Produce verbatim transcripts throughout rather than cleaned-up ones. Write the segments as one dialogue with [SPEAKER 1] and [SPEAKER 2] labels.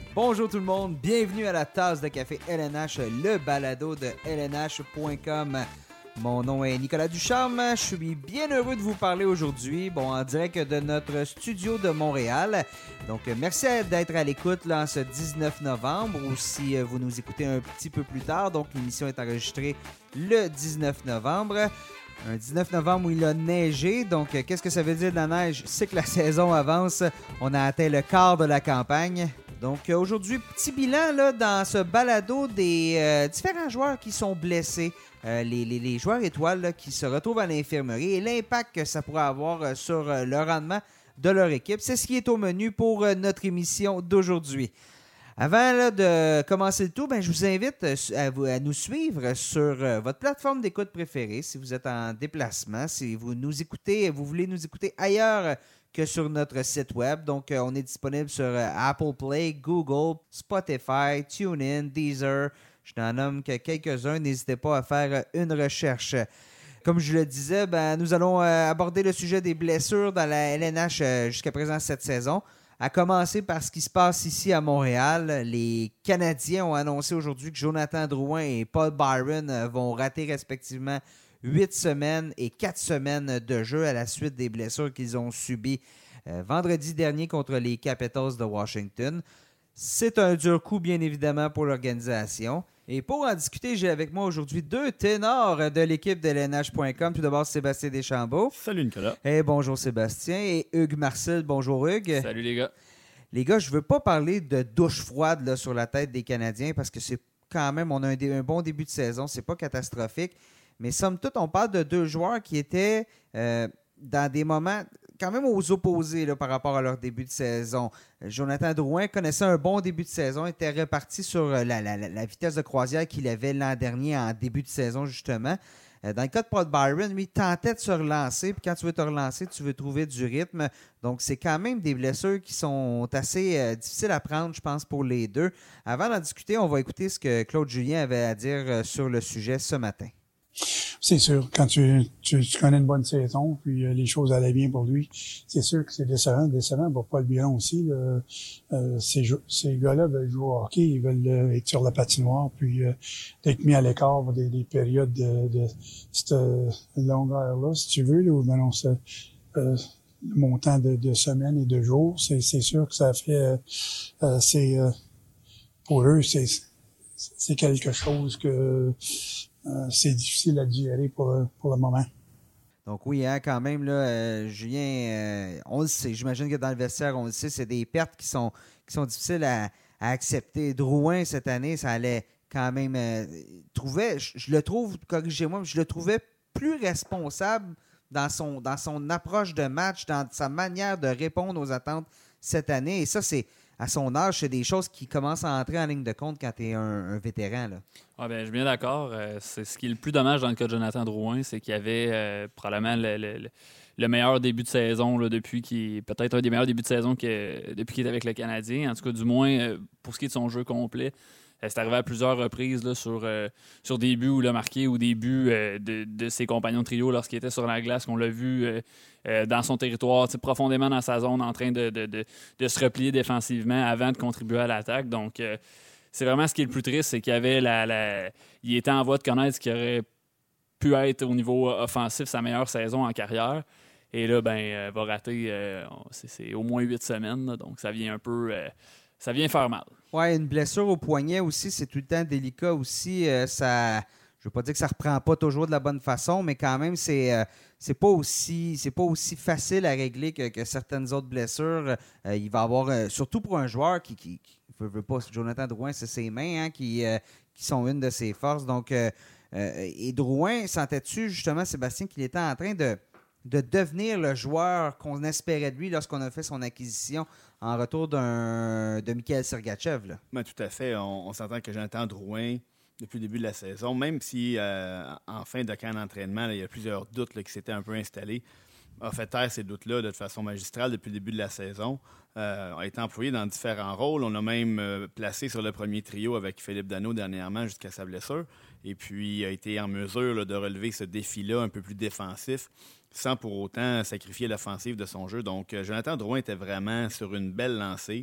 [SPEAKER 1] Bonjour tout le monde, bienvenue à la tasse de café L N H, le balado de L N H point com. Mon nom est Nicolas Ducharme, je suis bien heureux de vous parler aujourd'hui, bon, en direct de notre studio de Montréal. Donc, merci d'être à l'écoute là, en ce dix-neuf novembre, ou si vous nous écoutez un petit peu plus tard. Donc, l'émission est enregistrée le dix-neuf novembre. Un dix-neuf novembre où il a neigé. Donc, qu'est-ce que ça veut dire de la neige? C'est que la saison avance. On a atteint le quart de la campagne. Donc, aujourd'hui, petit bilan là, dans ce balado des euh, différents joueurs qui sont blessés. Euh, les, les, les joueurs étoiles là, qui se retrouvent à l'infirmerie et l'impact que ça pourrait avoir euh, sur euh, le rendement de leur équipe. C'est ce qui est au menu pour euh, notre émission d'aujourd'hui. Avant là, de commencer le tout, ben, je vous invite à, vous, à nous suivre sur euh, votre plateforme d'écoute préférée si vous êtes en déplacement, si vous nous écoutez, vous voulez nous écouter ailleurs que sur notre site web. Donc, euh, on est disponible sur euh, Apple Play, Google, Spotify, TuneIn, Deezer. Je n'en nomme que quelques-uns. N'hésitez pas à faire une recherche. Comme je le disais, ben, nous allons euh, aborder le sujet des blessures dans la L N H euh, jusqu'à présent cette saison. À commencer par ce qui se passe ici à Montréal. Les Canadiens ont annoncé aujourd'hui que Jonathan Drouin et Paul Byron euh, vont rater respectivement huit semaines et quatre semaines de jeu à la suite des blessures qu'ils ont subies euh, vendredi dernier contre les Capitals de Washington. C'est un dur coup, bien évidemment, pour l'organisation. Et pour en discuter, j'ai avec moi aujourd'hui deux ténors de l'équipe de L N H point com. Tout d'abord, Sébastien Deschambault.
[SPEAKER 2] Salut Nicolas.
[SPEAKER 1] Et bonjour Sébastien. Et Hugues Marcel. Bonjour Hugues.
[SPEAKER 3] Salut les gars.
[SPEAKER 1] Les gars, je ne veux pas parler de douche froide là, sur la tête des Canadiens parce que c'est quand même, on a un, dé- un bon début de saison. C'est pas catastrophique. Mais somme toute, on parle de deux joueurs qui étaient euh, dans des moments quand même aux opposés là, par rapport à leur début de saison. Jonathan Drouin connaissait un bon début de saison, était reparti sur la, la, la, la vitesse de croisière qu'il avait l'an dernier en début de saison, justement. Dans le cas de Paul Byron, lui, il tentait de se relancer. Puis quand tu veux te relancer, tu veux trouver du rythme. Donc, c'est quand même des blessures qui sont assez euh, difficiles à prendre, je pense, pour les deux. Avant d'en discuter, on va écouter ce que Claude Julien avait à dire euh, sur le sujet ce matin.
[SPEAKER 4] C'est sûr, quand tu, tu, tu connais une bonne saison, puis euh, les choses allaient bien pour lui, c'est sûr que c'est décevant, décevant pour Paul Byron aussi. Là. Euh, ces, ces gars-là veulent jouer au hockey, ils veulent euh, être sur la patinoire, puis euh, d'être mis à l'écart pour des, des périodes de, de cette longueur-là, si tu veux, là, ou ben non, ce euh, montant de, de semaines et de jours, c'est, c'est sûr que ça fait, euh, euh, c'est euh, pour eux, c'est, c'est quelque chose que Euh, c'est difficile à digérer pour, pour le moment.
[SPEAKER 1] Donc oui, hein, quand même, là, euh, Julien, euh, on le sait. J'imagine que dans le vestiaire, on le sait, c'est des pertes qui sont, qui sont difficiles à, à accepter. Drouin, cette année, ça allait quand même... Euh, trouvait, je, je le trouve, corrigez-moi, je le trouvais plus responsable dans son, dans son approche de match, dans sa manière de répondre aux attentes cette année. Et ça, c'est... à son âge, c'est des choses qui commencent à entrer en ligne de compte quand tu es un, un vétéran. Là.
[SPEAKER 3] Ah ben, je suis bien d'accord. Euh, c'est ce qui est le plus dommage dans le cas de Jonathan Drouin, c'est qu'il y avait euh, probablement le, le, le meilleur début de saison là, depuis qu'il peut-être un des meilleurs débuts de saison que, depuis qu'il est avec le Canadien. En tout cas, du moins, euh, pour ce qui est de son jeu complet. Euh, c'est arrivé à plusieurs reprises là, sur, euh, sur des buts où il a marqué ou des buts euh, de, de ses compagnons de trio lorsqu'il était sur la glace, qu'on l'a vu euh, euh, dans son territoire, profondément dans sa zone, en train de, de, de, de se replier défensivement avant de contribuer à l'attaque. Donc, euh, c'est vraiment ce qui est le plus triste, c'est qu'il y avait la, la... il était en voie de connaître ce qui aurait pu être au niveau offensif sa meilleure saison en carrière. Et là, ben, euh, va rater euh, c'est, c'est au moins huit semaines, là, donc ça vient un peu... Euh, ça vient faire mal.
[SPEAKER 1] Oui, une blessure au poignet aussi, c'est tout le temps délicat aussi. Euh, ça, je ne veux pas dire que ça ne reprend pas toujours de la bonne façon, mais quand même, c'est, euh, c'est pas aussi, c'est pas aussi facile à régler que, que certaines autres blessures. Euh, il va avoir, euh, surtout pour un joueur qui, qui, qui veut, veut pas, Jonathan Drouin, c'est ses mains hein, qui, euh, qui sont une de ses forces. Donc, euh, euh, et Drouin, sentais-tu justement, Sébastien, qu'il était en train de de devenir le joueur qu'on espérait de lui lorsqu'on a fait son acquisition en retour d'un, de Mikhail Sergachev. Là.
[SPEAKER 2] Ben, tout à fait. On, on s'entend que Jonathan Drouin, depuis le début de la saison, même si euh, en fin de camp d'entraînement, là, il y a plusieurs doutes là, qui s'étaient un peu installés, a fait taire ces doutes-là de façon magistrale depuis le début de la saison. Euh, a été employé dans différents rôles. On l'a même euh, placé sur le premier trio avec Philippe Danault dernièrement jusqu'à sa blessure. Et puis, a été en mesure là, de relever ce défi-là un peu plus défensif sans pour autant sacrifier l'offensive de son jeu. Donc, euh, Jonathan Drouin était vraiment sur une belle lancée.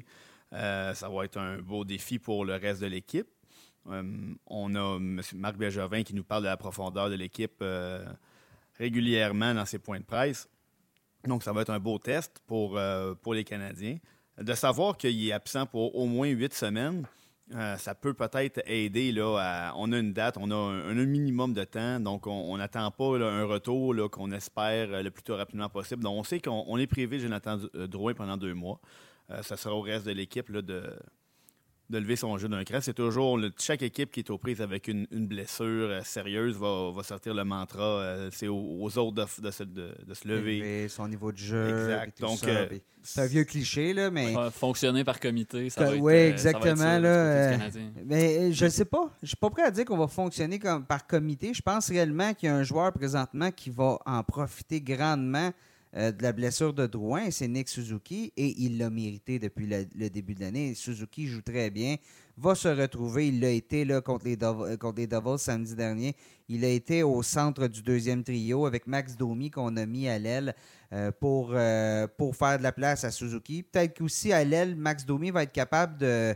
[SPEAKER 2] Euh, ça va être un beau défi pour le reste de l'équipe. Euh, on a M. Marc Bergevin qui nous parle de la profondeur de l'équipe euh, régulièrement dans ses points de presse. Donc, ça va être un beau test pour, euh, pour les Canadiens. De savoir qu'il est absent pour au moins huit semaines, euh, ça peut peut-être aider. Là, à, on a une date, on a un, un minimum de temps, donc on n'attend pas là, un retour là, qu'on espère le plus tôt rapidement possible. Donc, on sait qu'on on est privé de Jonathan Drouin pendant deux mois. Euh, ça sera au reste de l'équipe là, de... de lever son jeu d'un cran. C'est toujours le, chaque équipe qui est aux prises avec une, une blessure euh, sérieuse va, va sortir le mantra. Euh, c'est aux, aux autres de, de, se, de, de se lever.
[SPEAKER 1] Élever son niveau de jeu.
[SPEAKER 2] Exact. Donc,
[SPEAKER 1] ça,
[SPEAKER 2] euh,
[SPEAKER 1] c'est un vieux cliché, là, mais.
[SPEAKER 3] Ouais, fonctionner par comité, ça va être.
[SPEAKER 1] Oui,
[SPEAKER 3] euh,
[SPEAKER 1] exactement.
[SPEAKER 3] ça va être ça,
[SPEAKER 1] là,
[SPEAKER 3] du côté du Canadien.
[SPEAKER 1] mais je ne sais pas. Je ne suis pas prêt à dire qu'on va fonctionner comme par comité. Je pense réellement qu'il y a un joueur présentement qui va en profiter grandement euh, de la blessure de Drouin. C'est Nick Suzuki et il l'a mérité depuis le, le début de l'année. Suzuki joue très bien. Va se retrouver, il l'a été là, contre, les Dov- contre les Devils samedi dernier. Il a été au centre du deuxième trio avec Max Domi qu'on a mis à l'aile euh, pour, euh, pour faire de la place à Suzuki. Peut-être qu'aussi à l'aile, Max Domi va être capable de,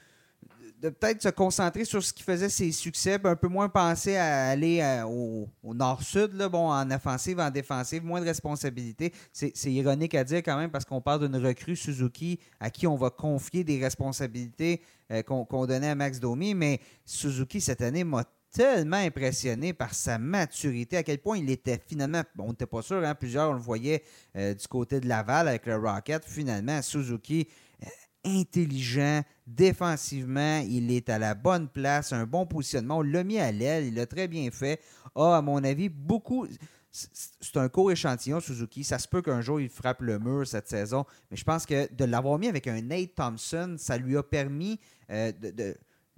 [SPEAKER 1] de peut-être se concentrer sur ce qui faisait ses succès, un peu moins penser à aller à, au, au nord-sud, là, bon, en offensive, en défensive, moins de responsabilités. C'est, c'est ironique à dire quand même parce qu'on parle d'une recrue Suzuki à qui on va confier des responsabilités euh, qu'on, qu'on donnait à Max Domi, mais Suzuki cette année m'a tellement impressionné par sa maturité, à quel point il était finalement, on n'était pas sûr, hein, plusieurs on le voyait euh, du côté de Laval avec le Rocket, finalement Suzuki euh, intelligent, défensivement, il est à la bonne place, un bon positionnement, on l'a mis à l'aile, il l'a très bien fait, a à mon avis beaucoup... C'est un court échantillon, Suzuki. Ça se peut qu'un jour, il frappe le mur cette saison. Mais je pense que de l'avoir mis avec un Nate Thompson, ça lui a permis euh, de, de,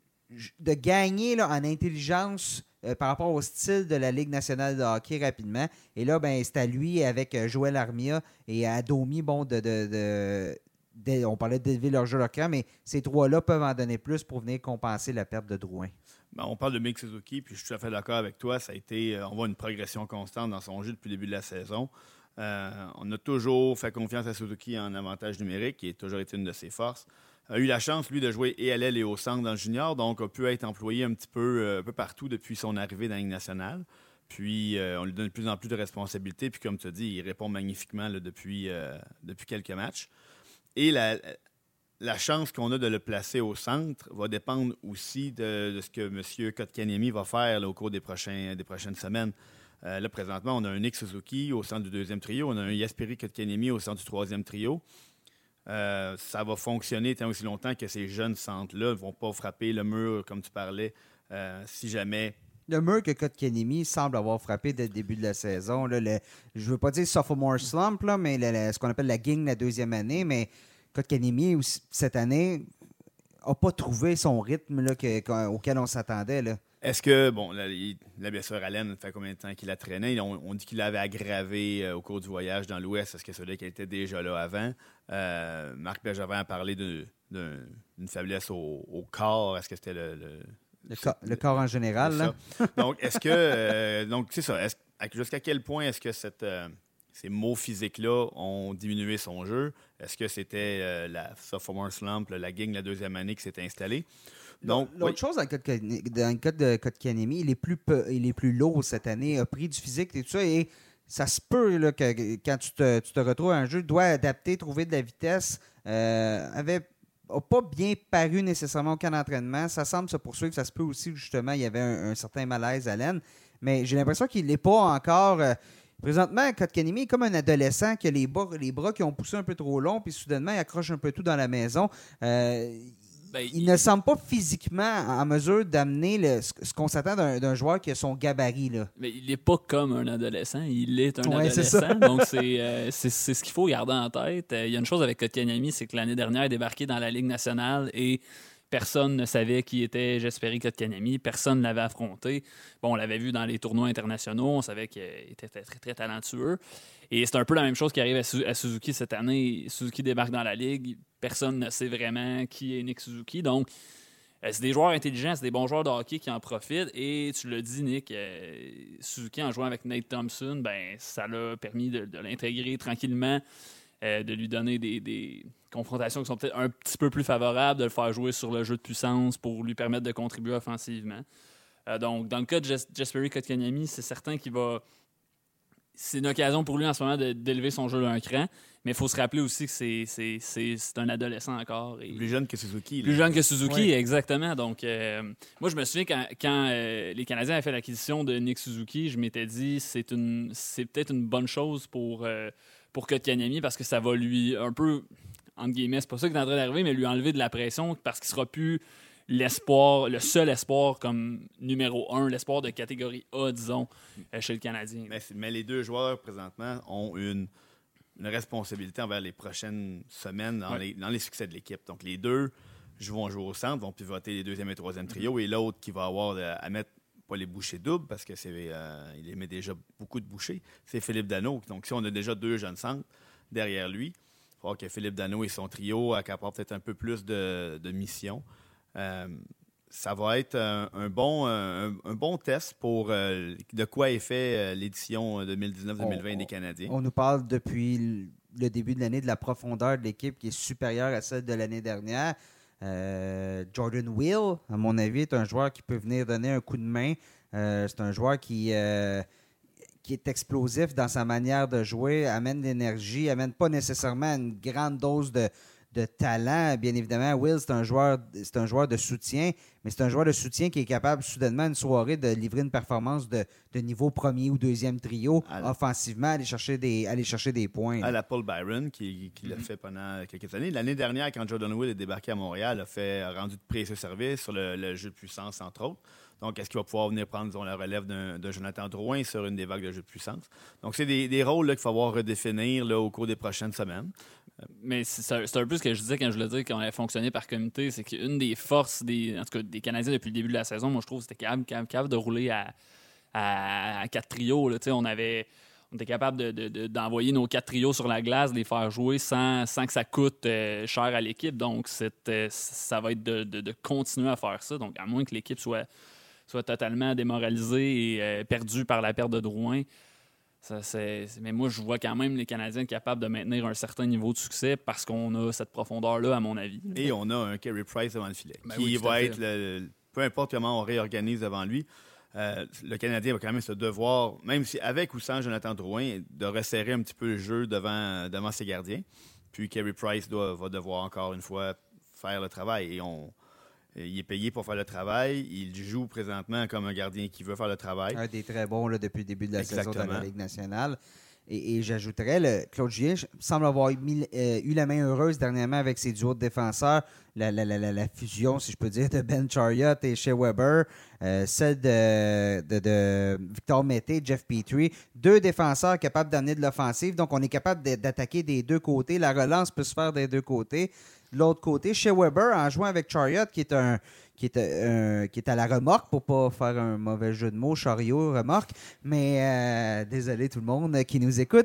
[SPEAKER 1] de gagner là, en intelligence euh, par rapport au style de la Ligue nationale de hockey rapidement. Et là, ben, c'est à lui avec euh, Joël Armia et à Domi, bon, de... de, de de, on parlait d'élever leur jeu leur camp, mais ces trois-là peuvent en donner plus pour venir compenser la perte de Drouin.
[SPEAKER 2] Ben, on parle de Mick Suzuki, puis je suis tout à fait d'accord avec toi. Ça a été, euh, on voit une progression constante dans son jeu depuis le début de la saison. Euh, on a toujours fait confiance à Suzuki en avantage numérique, qui a toujours été une de ses forces. A eu la chance, lui, de jouer et à l'aile et au centre dans le junior, donc a pu être employé un petit peu, euh, un peu partout depuis son arrivée dans la Ligue nationale. Puis, euh, on lui donne de plus en plus de responsabilités. Puis, comme tu as dit, il répond magnifiquement là, depuis, euh, depuis quelques matchs. Et la, la chance qu'on a de le placer au centre va dépendre aussi de, de ce que M. Kotkaniemi va faire là, au cours des, prochains, des prochaines semaines. Euh, là, présentement, on a un Nick Suzuki au centre du deuxième trio. On a un Jesperi Kotkaniemi au centre du troisième trio. Euh, ça va fonctionner tant aussi longtemps que ces jeunes centres-là ne vont pas frapper le mur, comme tu parlais, euh, si jamais...
[SPEAKER 1] Le mur que Kotkaniemi semble avoir frappé dès le début de la saison. Là, le, je ne veux pas dire sophomore slump, là, mais le, le, ce qu'on appelle la gang la deuxième année. Mais Kotkaniemi, cette année, n'a pas trouvé son rythme là, que, auquel on s'attendait. Là.
[SPEAKER 2] Est-ce que, bon, la, la blessure à l'aine, ça fait combien de temps qu'il la traînait? On, on dit qu'il l'avait aggravé euh, au cours du voyage dans l'Ouest. Est-ce que c'est là qu'il était déjà là avant? Euh, Marc Bergevin a parlé de, de, d'une faiblesse au, au corps. Est-ce que c'était le... le
[SPEAKER 1] Le, co- le corps en général. Là.
[SPEAKER 2] Donc, est-ce que. Euh, donc, c'est ça. Est-ce, jusqu'à quel point est-ce que cette, euh, ces mots physiques-là ont diminué son jeu? Est-ce que c'était euh, la sophomore slump, la gang la deuxième année qui s'est installée? Donc,
[SPEAKER 1] L'autre
[SPEAKER 2] oui.
[SPEAKER 1] chose dans le cas de, dans le cas de Kotkaniemi, il est plus peu, il est plus lourd cette année, a pris du physique et tout ça. Et ça se peut là, que quand tu te, tu te retrouves à un jeu, tu dois adapter, trouver de la vitesse. Euh, avait. n'a pas bien paru nécessairement au camp d'entraînement. Ça semble se poursuivre. Ça se peut aussi, justement, il y avait un, un certain malaise à l'aine. Mais j'ai l'impression qu'il n'est pas encore... Euh, présentement, Kotkaniemi est comme un adolescent qui a les bras, les bras qui ont poussé un peu trop long, puis soudainement, il accroche un peu tout dans la maison. Euh, ben, il, il ne semble pas physiquement en mesure d'amener le, ce, ce qu'on s'attend d'un, d'un joueur qui a son gabarit. Là.
[SPEAKER 3] Mais il n'est pas comme un adolescent, il est un
[SPEAKER 1] ouais,
[SPEAKER 3] adolescent.
[SPEAKER 1] C'est
[SPEAKER 3] donc, c'est, euh, c'est, c'est ce qu'il faut garder en tête. Euh, il y a une chose avec Kotkaniemi, c'est que l'année dernière, il est débarqué dans la Ligue nationale et personne ne savait qui était Jesperi Kotkaniemi. Personne ne l'avait affronté. Bon, on l'avait vu dans les tournois internationaux. On savait qu'il était très, très, très talentueux. Et c'est un peu la même chose qui arrive à, Su- à Suzuki cette année. Suzuki débarque dans la Ligue. Personne ne sait vraiment qui est Nick Suzuki. Donc, euh, c'est des joueurs intelligents, c'est des bons joueurs de hockey qui en profitent. Et tu l'as dit, Nick, euh, Suzuki, en jouant avec Nate Thompson, ben, ça l'a permis de, de l'intégrer tranquillement euh, de lui donner des, des confrontations qui sont peut-être un petit peu plus favorables, de le faire jouer sur le jeu de puissance pour lui permettre de contribuer offensivement. Euh, donc, dans le cas de Jes- Jesperi Kotkaniemi, c'est certain qu'il va... C'est une occasion pour lui en ce moment de, d'élever son jeu d'un cran, mais il faut se rappeler aussi que c'est, c'est, c'est, c'est un adolescent encore. Et
[SPEAKER 2] plus jeune que Suzuki.
[SPEAKER 3] Plus
[SPEAKER 2] là.
[SPEAKER 3] jeune que Suzuki,
[SPEAKER 1] Oui.
[SPEAKER 3] exactement. Donc, euh, moi, je me souviens quand, quand euh, les Canadiens avaient fait l'acquisition de Nick Suzuki, je m'étais dit c'est une, c'est peut-être une bonne chose pour, euh, pour Kotkaniemi parce que ça va lui un peu, entre guillemets, c'est pas ça qui est en train d'arriver, mais lui enlever de la pression parce qu'il sera plus l'espoir, le seul espoir comme numéro un, l'espoir de catégorie A, disons, euh, chez le Canadien.
[SPEAKER 2] Mais, c'est- mais les deux joueurs, présentement, ont une, une responsabilité envers les prochaines semaines dans,
[SPEAKER 3] Ouais.
[SPEAKER 2] les, dans les succès de l'équipe. Donc, les deux vont jouer au centre, vont pivoter les deuxième et troisième trios, et l'autre qui va avoir de- à mettre, pas les bouchées doubles, parce que c'est euh, il met déjà beaucoup de bouchées, c'est Philippe Danault. Donc, si on a déjà deux jeunes centres derrière lui, il va falloir que Philippe Danault et son trio accaparent peut-être un peu plus de, de missions. Euh, ça va être un, un bon, un, un bon test pour euh, de quoi est fait euh, l'édition deux mille dix-neuf deux mille vingt
[SPEAKER 1] On-
[SPEAKER 2] des Canadiens.
[SPEAKER 1] On nous parle depuis l- le début de l'année de la profondeur de l'équipe qui est supérieure à celle de l'année dernière. Euh, Jordan Will, à mon avis, est un joueur qui peut venir donner un coup de main. Euh, c'est un joueur qui, euh, qui est explosif dans sa manière de jouer, amène de l'énergie, amène pas nécessairement une grande dose de, de talent. Bien évidemment, Will, c'est un joueur, c'est un joueur de soutien, mais c'est un joueur de soutien qui est capable soudainement une soirée de livrer une performance de, de niveau premier ou deuxième trio,
[SPEAKER 2] À-
[SPEAKER 1] offensivement, aller chercher des, aller chercher des points.
[SPEAKER 2] À la Paul Byron, qui, qui l'a fait pendant quelques années. L'année dernière, quand Jordan Will est débarqué à Montréal, a fait a rendu de précieux services sur le, le jeu de puissance, entre autres. Donc, est-ce qu'il va pouvoir venir prendre disons, la relève d'un, de Jonathan Drouin sur une des vagues de jeu de puissance? Donc, c'est des, des rôles là, qu'il va falloir redéfinir là, au cours des prochaines semaines.
[SPEAKER 3] Mais c'est, c'est un- c'est un peu ce que je disais quand je le disais qu'on avait fonctionné par comité, c'est qu'une des forces des, en tout cas, des Canadiens depuis le début de la saison, moi je trouve, c'était capable, capable, capable de rouler à, à, à quatre trios. Là. On avait, on était capable de, de- de- d'envoyer nos quatre trios sur la glace, de les faire jouer sans, sans que ça coûte euh, cher à l'équipe. Donc c'est, euh, ça va être de, de- de continuer à faire ça. Donc à moins que l'équipe soit, soit totalement démoralisée et euh, perdue par la perte de Drouin. Ça, c'est, c'est- mais moi, je vois quand même les Canadiens capables de maintenir un certain niveau de succès parce qu'on a cette profondeur-là, à mon avis.
[SPEAKER 2] Et on a un Carey Price devant le filet,
[SPEAKER 3] Ben
[SPEAKER 2] qui
[SPEAKER 3] oui, tout à
[SPEAKER 2] va
[SPEAKER 3] fait.
[SPEAKER 2] être, le, le- peu importe comment on réorganise devant lui, euh, le Canadien va quand même se devoir, même si avec ou sans Jonathan Drouin, de resserrer un petit peu le jeu devant, devant ses gardiens. Puis Carey Price doit, va devoir encore une fois faire le travail. Et on, il est payé pour faire le travail. Il joue présentement comme un gardien qui veut faire le travail.
[SPEAKER 1] Un des très bons là, depuis le début de la saison dans la
[SPEAKER 2] Exactement.
[SPEAKER 1] Ligue nationale. Et, et j'ajouterais, le, Claude Julien semble avoir mis- euh, eu la main heureuse dernièrement avec ses duos de défenseurs. La, la, la, la, la fusion, si je peux dire, de Ben Chariot et Shea Weber. Euh, celle de, de, de Victor Mété, Jeff Petrie. Deux défenseurs capables d'amener de l'offensive. Donc, on est capable de- d'attaquer des deux côtés. La relance peut se faire des deux côtés. De l'autre côté, Shea Weber, en jouant avec Chariot, qui est un qui est, euh, qui est à la remorque, pour pas faire un mauvais jeu de mots, chariot, remorque. Mais euh, désolé tout le monde qui nous écoute.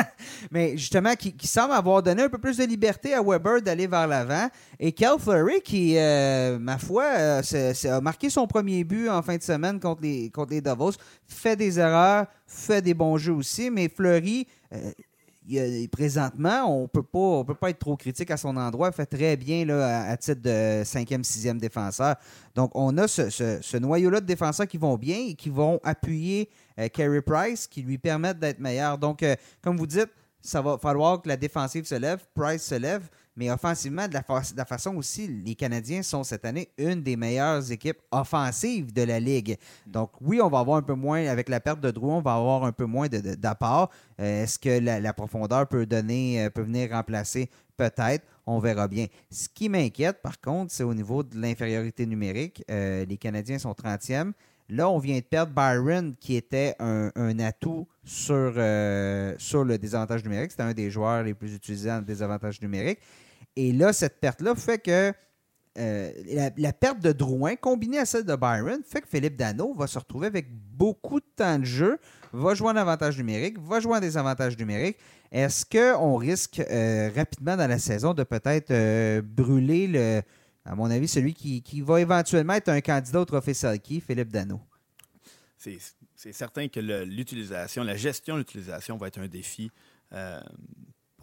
[SPEAKER 1] Mais justement, qui, qui semble avoir donné un peu plus de liberté à Weber d'aller vers l'avant. Et Cal Fleury, qui, euh, ma foi, euh, c'est- c'est- a marqué son premier but en fin de semaine contre les, contre les Davos, fait des erreurs, fait des bons jeux aussi, mais Fleury... euh, Il, il- présentement, on peut pas, on peut pas être trop critique à son endroit. Il fait très bien là, à, à titre de cinquième, sixième défenseur. Donc, on a ce, ce- ce noyau-là de défenseurs qui vont bien et qui vont appuyer euh, Carey Price, qui lui permettent d'être meilleur. Donc, euh, comme vous dites, ça va falloir que la défensive se lève, Price se lève, mais offensivement, de la, fa- de la façon aussi, les Canadiens sont cette année une des meilleures équipes offensives de la Ligue. Donc oui, on va avoir un peu moins, avec la perte de Drouin, on va avoir un peu moins de, de- d'apport. Euh, est-ce que la, la profondeur peut donner, euh, peut venir remplacer? Peut-être, on verra bien. Ce qui m'inquiète, par contre, c'est au niveau de l'infériorité numérique. Euh, les Canadiens sont trentième. Là, on vient de perdre Byron, qui était un, un atout sur, euh, sur le désavantage numérique. C'était un des joueurs les plus utilisés en désavantage numérique. Et là, cette perte-là fait que euh, la, la perte de Drouin, combinée à celle de Byron, fait que Philippe Danault va se retrouver avec beaucoup de temps de jeu, va jouer en avantage numérique, va jouer en désavantage numérique. Est-ce qu'on risque euh, rapidement dans la saison de peut-être euh, brûler, le, à mon avis, celui qui, qui va éventuellement être un candidat au trophée Selke, Philippe Danault?
[SPEAKER 2] C'est, c'est certain que le- l'utilisation, la gestion de l'utilisation va être un défi euh,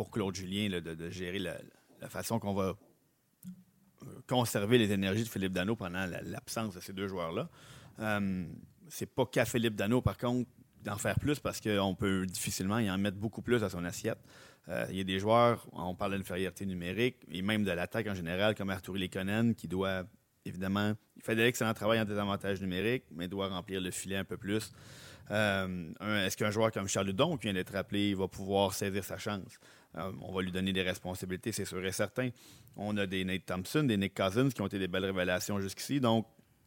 [SPEAKER 2] pour Claude Julien là, de, de gérer la, la façon qu'on va conserver les énergies de Philippe Danault pendant la, l'absence de ces deux joueurs-là. Euh, c'est pas qu'à Philippe Danault, par contre, d'en faire plus parce qu'on peut difficilement y en mettre beaucoup plus à son assiette. Euh, il y a des joueurs, on parle d'infériorité numérique, et même de l'attaque en général, comme Arturi Lekonen, qui doit, évidemment, il fait de l'excellent travail en désavantage numérique, mais doit remplir le filet un peu plus. Euh, un, est-ce qu'un joueur comme Charles Hudon, qui vient d'être rappelé, va pouvoir saisir sa chance? Euh, on va lui donner des responsabilités, c'est sûr et certain. On a des Nate Thompson, des Nick Cousins qui ont été des belles révélations jusqu'ici. Donc,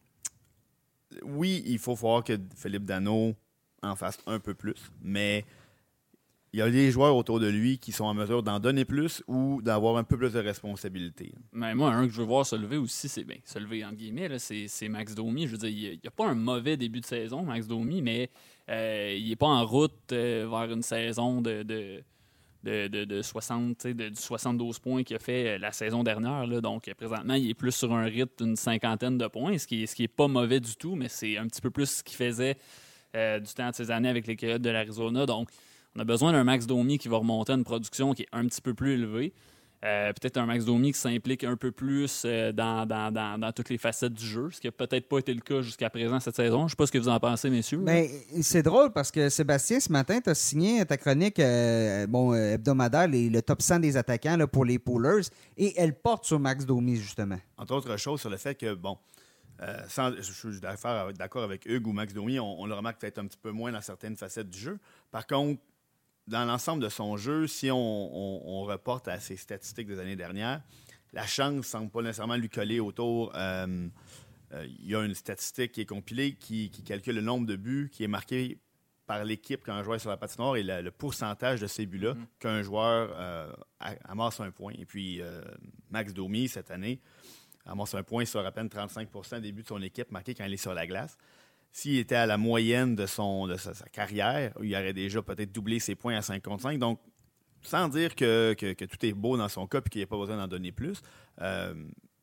[SPEAKER 2] oui, il faut voir que Philippe Danault en fasse un peu plus, mais il y a des joueurs autour de lui qui sont en mesure d'en donner plus ou d'avoir un peu plus de responsabilités.
[SPEAKER 3] Mais moi, un que je veux voir se lever aussi, c'est bien, se lever entre guillemets, là, c'est, c'est Max Domi. Je veux dire, il n'y a, a pas un mauvais début de saison, Max Domi, mais euh, il n'est pas en route euh, vers une saison de, de, de, de, de soixante, de, du soixante-douze points qu'il a fait la saison dernière. Là. Donc, présentement, il est plus sur un rythme d'une cinquantaine de points, ce qui n'est ce qui est pas mauvais du tout, mais c'est un petit peu plus ce qu'il faisait euh, du temps de ses années avec les Coyotes de l'Arizona. Donc, on a besoin d'un Max Domi qui va remonter à une production qui est un petit peu plus élevée. Euh, peut-être un Max Domi qui s'implique un peu plus euh, dans, dans, dans, dans toutes les facettes du jeu, ce qui n'a peut-être pas été le cas jusqu'à présent cette saison. Je ne sais pas ce que vous en pensez, messieurs.
[SPEAKER 1] Ben, c'est drôle parce que Sébastien, ce matin, tu as signé ta chronique euh, bon, euh, hebdomadaire, les, le top cent des attaquants là, pour les Poolers, et elle porte sur Max Domi, justement.
[SPEAKER 2] Entre autres choses, sur le fait que, bon, euh, sans, je suis d'accord, d'accord avec Hugues ou Max Domi, on, on le remarque peut-être un petit peu moins dans certaines facettes du jeu. Par contre, dans l'ensemble de son jeu, si on, on, on reporte à ses statistiques des années dernières, la chance ne semble pas nécessairement lui coller autour. Euh, euh, il y a une statistique qui est compilée qui, qui calcule le nombre de buts qui est marqué par l'équipe quand un joueur est sur la patinoire et la, le pourcentage de ces buts-là mm. qu'un joueur euh, amasse un point. Et puis, euh, Max Domi, cette année, amasse un point sur à peine trente-cinq pour cent des buts de son équipe marqués quand il est sur la glace. S'il était à la moyenne de, son, de sa, sa carrière, il aurait déjà peut-être doublé ses points à cinq contre cinq. Donc, sans dire que, que, que tout est beau dans son cas et qu'il n'y a pas besoin d'en donner plus, euh,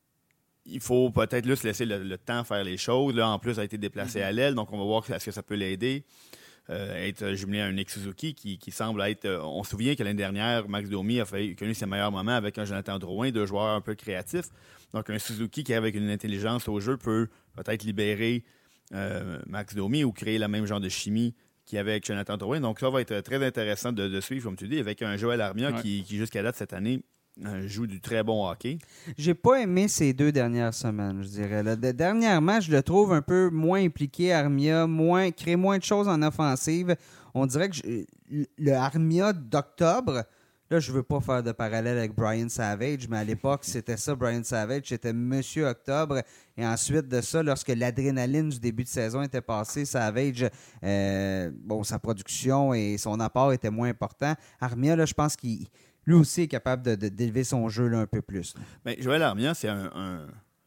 [SPEAKER 2] il faut peut-être juste laisser le, le temps faire les choses. Là, en plus, il a été déplacé mm-hmm. à l'aile, donc on va voir est-ce que ça peut l'aider. Euh, être jumelé à un Nick Suzuki qui, qui semble être... Euh, on se souvient que l'année dernière, Max Domi a fait, connu ses meilleurs moments avec un Jonathan Drouin, deux joueurs un peu créatifs. Donc, un Suzuki qui, avec une intelligence au jeu, peut peut-être libérer Euh, Max Domi ou créer le même genre de chimie qu'il y avait avec Jonathan Drouin. Donc, ça va être très intéressant de, de suivre, comme tu dis, avec un Joël Armia ouais. qui, qui, jusqu'à date, cette année, euh, joue du très bon hockey.
[SPEAKER 1] J'ai pas aimé ces deux dernières semaines, je dirais. Là. De, dernièrement, je le trouve un peu moins impliqué, Armia, moins, crée moins de choses en offensive. On dirait que je, le Armia d'octobre, là, je veux pas faire de parallèle avec Brian Savage, mais à l'époque, c'était ça, Brian Savage, c'était Monsieur Octobre. Et ensuite de ça, lorsque l'adrénaline du début de saison était passée, Savage, euh, bon, sa production et son apport étaient moins importants. Armia, là, je pense qu'il lui aussi est capable de, de, d'élever son jeu là, un peu plus.
[SPEAKER 2] Bien, Joël Armia, c'est un... un...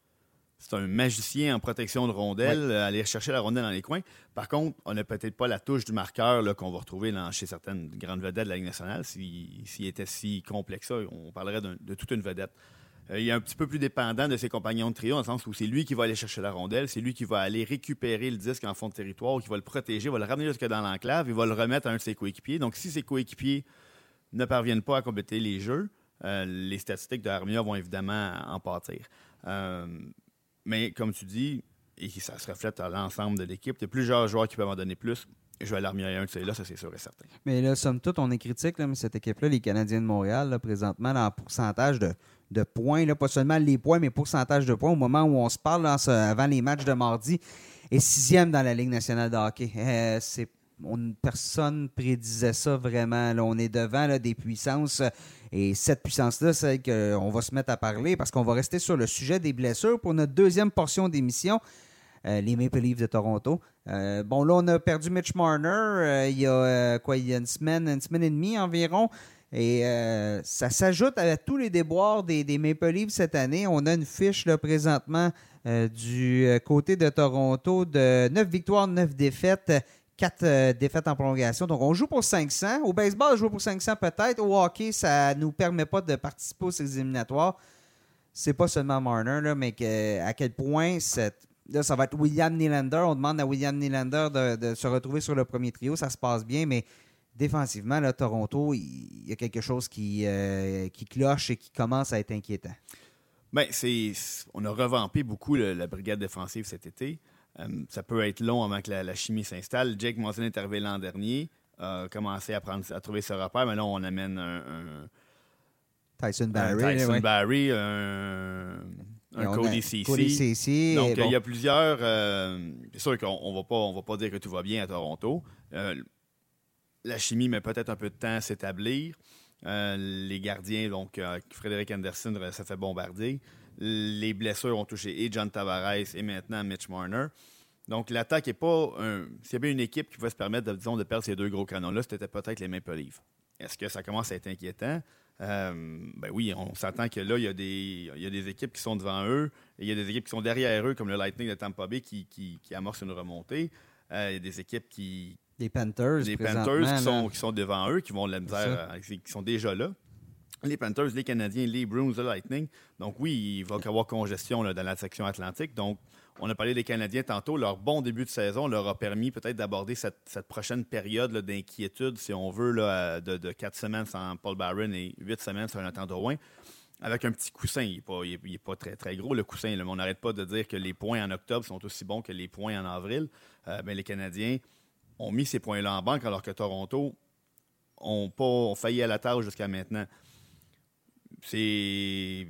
[SPEAKER 2] C'est un magicien en protection de rondelles, oui. euh, aller chercher la rondelle dans les coins. Par contre, on n'a peut-être pas la touche du marqueur là, qu'on va retrouver dans, chez certaines grandes vedettes de la Ligue nationale. S'il, s'il était si complexe, ça, on parlerait d'un, de toute une vedette. Euh, il est un petit peu plus dépendant de ses compagnons de trio, dans le sens où c'est lui qui va aller chercher la rondelle, c'est lui qui va aller récupérer le disque en fond de territoire, qui va le protéger, va le ramener jusque dans l'enclave, il va le remettre à un de ses coéquipiers. Donc, si ses coéquipiers ne parviennent pas à compléter les jeux, euh, les statistiques de Armia vont évidemment en pâtir. Euh, Mais comme tu dis, et ça se reflète à l'ensemble de l'équipe, il y a plusieurs joueurs qui peuvent en donner plus. Je vais l'Armia un de ceux-là, ça c'est sûr et certain.
[SPEAKER 1] Mais là, somme toute, on est critique, là, mais cette équipe-là, les Canadiens de Montréal, là, présentement, là, en pourcentage de, de points, là, pas seulement les points, mais pourcentage de points, au moment où on se parle là, avant les matchs de mardi, est sixième dans la Ligue nationale de hockey. Euh, c'est On, personne prédisait ça vraiment. Là. On est devant là, des puissances. Et cette puissance-là, c'est qu'on va se mettre à parler parce qu'on va rester sur le sujet des blessures pour notre deuxième portion d'émission, euh, les Maple Leafs de Toronto. Euh, bon, là, on a perdu Mitch Marner euh, il y a euh, quoi, il y a une semaine, une semaine et demie environ. Et euh, ça s'ajoute à tous les déboires des, des Maple Leafs cette année. On a une fiche là, présentement euh, du côté de Toronto de neuf victoires, neuf défaites. Quatre euh, défaites en prolongation. Donc, on joue pour cinq cents. Au baseball, on joue pour cinq cents peut-être. Au hockey, ça ne nous permet pas de participer aux éliminatoires. C'est pas seulement Marner, là, mais que, à quel point cette, là, ça va être William Nylander. On demande à William Nylander de, de se retrouver sur le premier trio. Ça se passe bien, mais défensivement, là, Toronto, il y a quelque chose qui, euh, qui cloche et qui commence à être inquiétant.
[SPEAKER 2] Bien, c'est, on a revampé beaucoup le, la brigade défensive cet été. Euh, ça peut être long avant que la, la chimie s'installe. Jake Muzzin est arrivé l'an dernier, a commencé à, prendre, à trouver ses repères, mais là, on amène un, un
[SPEAKER 1] Tyson Barrie.
[SPEAKER 2] Un Tyson
[SPEAKER 1] ouais.
[SPEAKER 2] Barrie, un, un Cody Ceci.
[SPEAKER 1] Cody Ceci.
[SPEAKER 2] Donc, il
[SPEAKER 1] bon.
[SPEAKER 2] y a plusieurs... Euh, c'est sûr qu'on ne va pas, on va pas dire que tout va bien à Toronto. Euh, la chimie met peut-être un peu de temps à s'établir. Euh, les gardiens, donc euh, Frédéric Anderson s'est fait bombarder. Les blessures ont touché et John Tavares et maintenant Mitch Marner. Donc, l'attaque n'est pas... Un... S'il y avait une équipe qui pouvait se permettre, de, disons, de perdre ces deux gros canons-là, c'était peut-être les Maple Leafs. Est-ce que ça commence à être inquiétant? Euh, ben oui, on s'entend que là, il y, a des, il y a des équipes qui sont devant eux et il y a des équipes qui sont derrière eux, comme le Lightning de Tampa Bay qui, qui, qui amorce une remontée. Euh, il y a des équipes qui...
[SPEAKER 1] Les Panthers,
[SPEAKER 2] Les Panthers qui sont, qui sont devant eux, qui vont de la misère, euh, qui sont déjà là. Les Panthers, les Canadiens, les Bruins, le Lightning. Donc oui, il va y avoir congestion là, dans la section atlantique. Donc, on a parlé des Canadiens tantôt. Leur bon début de saison leur a permis peut-être d'aborder cette, cette prochaine période là, d'inquiétude, si on veut, là, de, de quatre semaines sans Paul Byron et huit semaines sans Jonathan Drouin, avec un petit coussin. Il n'est pas, il est, il est pas très, très gros, le coussin. Là, mais on n'arrête pas de dire que les points en octobre sont aussi bons que les points en avril. Euh, ben, les Canadiens ont mis ces points-là en banque, alors que Toronto ont, pas, ont failli à la tâche jusqu'à maintenant. C'est...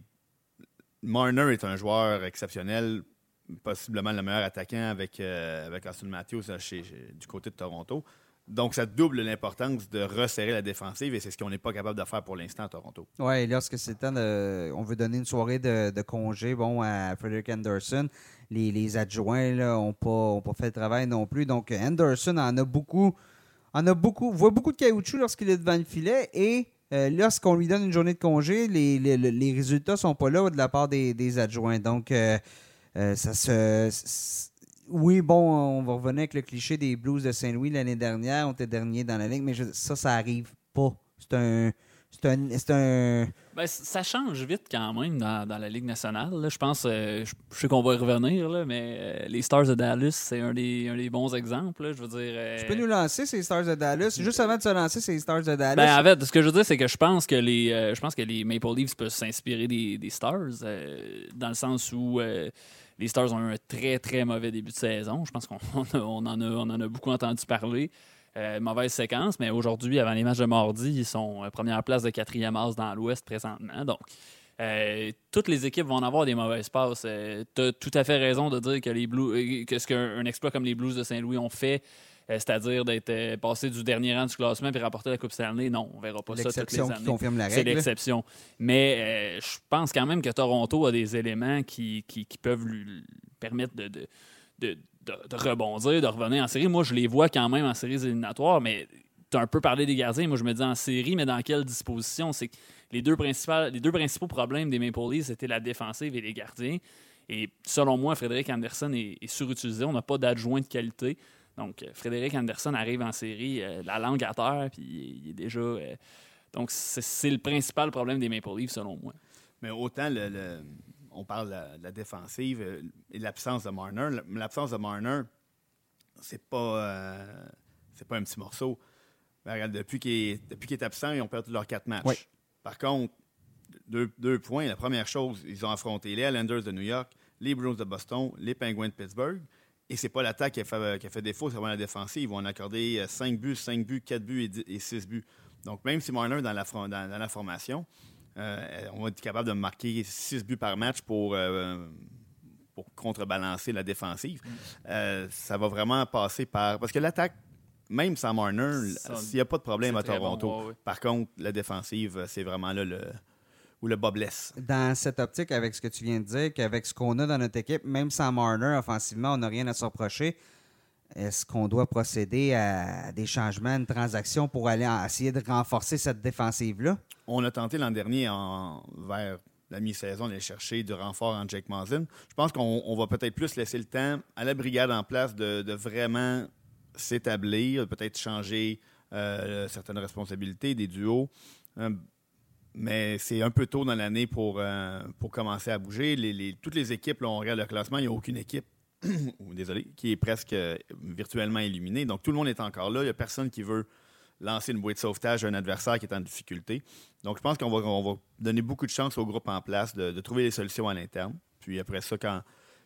[SPEAKER 2] Marner est un joueur exceptionnel, possiblement le meilleur attaquant avec, euh, avec Austin Matthews chez, chez, du côté de Toronto. Donc, ça double l'importance de resserrer la défensive et c'est ce qu'on n'est pas capable de faire pour l'instant à Toronto.
[SPEAKER 1] Oui, lorsque c'est temps de... On veut donner une soirée de, de congé bon, à Frederick Anderson. Les, les adjoints n'ont pas, ont pas fait le travail non plus. Donc, Anderson en a beaucoup... En a beaucoup... voit beaucoup de caoutchouc lorsqu'il est devant le filet et... Euh, lorsqu'on lui donne une journée de congé, les, les, les résultats ne sont pas là de la part des, des adjoints. Donc, euh, euh, ça se... C'est, oui, bon, on va revenir avec le cliché des Blues de Saint-Louis l'année dernière. On était dernier dans la ligue, mais je, ça, ça arrive pas. C'est un... C'est un... C'est un...
[SPEAKER 3] Ben, ça change vite quand même dans, dans la Ligue nationale. Là. Je pense, euh, je, je sais qu'on va y revenir, là, mais euh, les Stars de Dallas, c'est un des, un des bons exemples. Là. Je veux dire. Euh...
[SPEAKER 1] Tu peux nous lancer ces Stars de Dallas? Juste avant de se lancer ces Stars de Dallas.
[SPEAKER 3] Ben, en fait, ce que je veux dire, c'est que je pense que les, euh, je pense que les Maple Leafs peuvent s'inspirer des, des Stars, euh, dans le sens où euh, les Stars ont eu un très, très mauvais début de saison. Je pense qu'on on en, a, on en a beaucoup entendu parler. Euh, mauvaise séquence, mais aujourd'hui, avant les matchs de mardi, ils sont euh, première place de quatrième as dans l'Ouest présentement. Donc, euh, toutes les équipes vont en avoir des mauvaises passes. Euh, tu as tout à fait raison de dire que les Blues, que ce qu'un exploit comme les Blues de Saint-Louis ont fait, euh, c'est-à-dire d'être euh, passé du dernier rang du classement et remporter la Coupe Stanley, non, on ne verra pas ça toutes les années.
[SPEAKER 1] Qui confirme la règle.
[SPEAKER 3] C'est l'exception. Mais euh, je pense quand même que Toronto a des éléments qui, qui, qui peuvent lui permettre de... de, de De, de rebondir, de revenir en série. Moi, je les vois quand même en séries éliminatoires, mais tu as un peu parlé des gardiens. Moi, je me dis en série, mais dans quelle disposition? C'est que les deux, principales, les deux principaux problèmes des Maple Leafs, c'était la défensive et les gardiens. Et selon moi, Frédéric Anderson est, est surutilisé. On n'a pas d'adjoint de qualité. Donc, Frédéric Anderson arrive en série, euh, la langue à terre, puis il est déjà... Euh, donc, c'est, c'est le principal problème des Maple Leafs, selon moi.
[SPEAKER 2] Mais autant le... le... On parle de la, de la défensive et de l'absence de Marner. L'absence de Marner, c'est pas, euh, c'est pas un petit morceau. Mais regarde, depuis qu'il est, depuis qu'il est absent, ils ont perdu leurs quatre matchs.
[SPEAKER 1] Oui.
[SPEAKER 2] Par contre, deux, deux points. La première chose, ils ont affronté les Islanders de New York, les Bruins de Boston, les Penguins de Pittsburgh. Et c'est pas l'attaque qui a fait, qui a fait défaut, c'est vraiment la défensive. Ils vont en accorder cinq buts, cinq buts, quatre buts et six buts. Donc, même si Marner est dans la, dans, dans la formation, Euh, on va être capable de marquer six buts par match pour, euh, pour contrebalancer la défensive. Mm. Euh, ça va vraiment passer par... Parce que l'attaque, même sans Marner, s'il n'y a pas de problème à Toronto. Bon, ouais, ouais. Par contre, la défensive, c'est vraiment là le... où le bas blesse.
[SPEAKER 1] Dans cette optique, avec ce que tu viens de dire, qu'avec ce qu'on a dans notre équipe, même sans Marner, offensivement, on n'a rien à se reprocher. Est-ce qu'on doit procéder à des changements, une transaction pour aller en, essayer de renforcer cette défensive-là?
[SPEAKER 2] On a tenté l'an dernier, en, vers la mi-saison, d'aller chercher du renfort en Jake Muzzin. Je pense qu'on on va peut-être plus laisser le temps à la brigade en place de, de vraiment s'établir, peut-être changer euh, certaines responsabilités, des duos. Euh, mais c'est un peu tôt dans l'année pour, euh, pour commencer à bouger. Les, les, toutes les équipes, là, on regarde le classement, il n'y a aucune équipe désolé, qui est presque virtuellement éliminé. Donc, tout le monde est encore là. Il n'y a personne qui veut lancer une bouée de sauvetage à un adversaire qui est en difficulté. Donc, je pense qu'on va, on va donner beaucoup de chance au groupe en place de, de trouver des solutions à l'interne. Puis après ça, quand,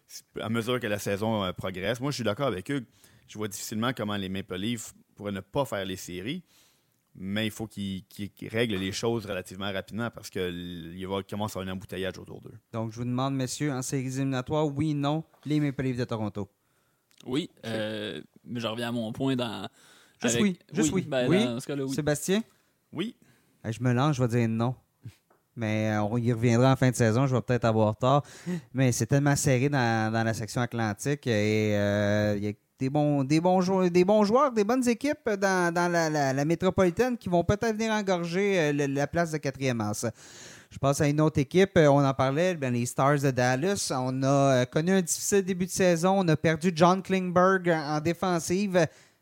[SPEAKER 2] à mesure que la saison euh, progresse, moi, je suis d'accord avec eux. Je vois difficilement comment les Maple Leafs pourraient ne pas faire les séries, mais il faut qu'ils, qu'ils règlent les choses relativement rapidement parce qu'il va commencer à avoir un embouteillage autour d'eux.
[SPEAKER 1] Donc, je vous demande, messieurs, en séries éliminatoires, oui, non, les Maple Leafs de Toronto.
[SPEAKER 3] Oui, euh, mais je reviens à mon point dans...
[SPEAKER 1] Juste
[SPEAKER 3] avec...
[SPEAKER 1] oui, juste oui.
[SPEAKER 3] Ben,
[SPEAKER 1] oui.
[SPEAKER 3] Dans ce cas-là, oui.
[SPEAKER 1] Sébastien?
[SPEAKER 2] Oui.
[SPEAKER 1] Je me lance, je vais dire non. Mais on y reviendra en fin de saison, je vais peut-être avoir tort. Mais c'est tellement serré dans, dans la section atlantique et euh, il y a des bons, des, bons joueurs, des bons joueurs, des bonnes équipes dans, dans la, la, la métropolitaine qui vont peut-être venir engorger la, la place de quatrième as. Je passe à une autre équipe, on en parlait, bien, les Stars de Dallas. On a connu un difficile début de saison, on a perdu John Klingberg en défensive.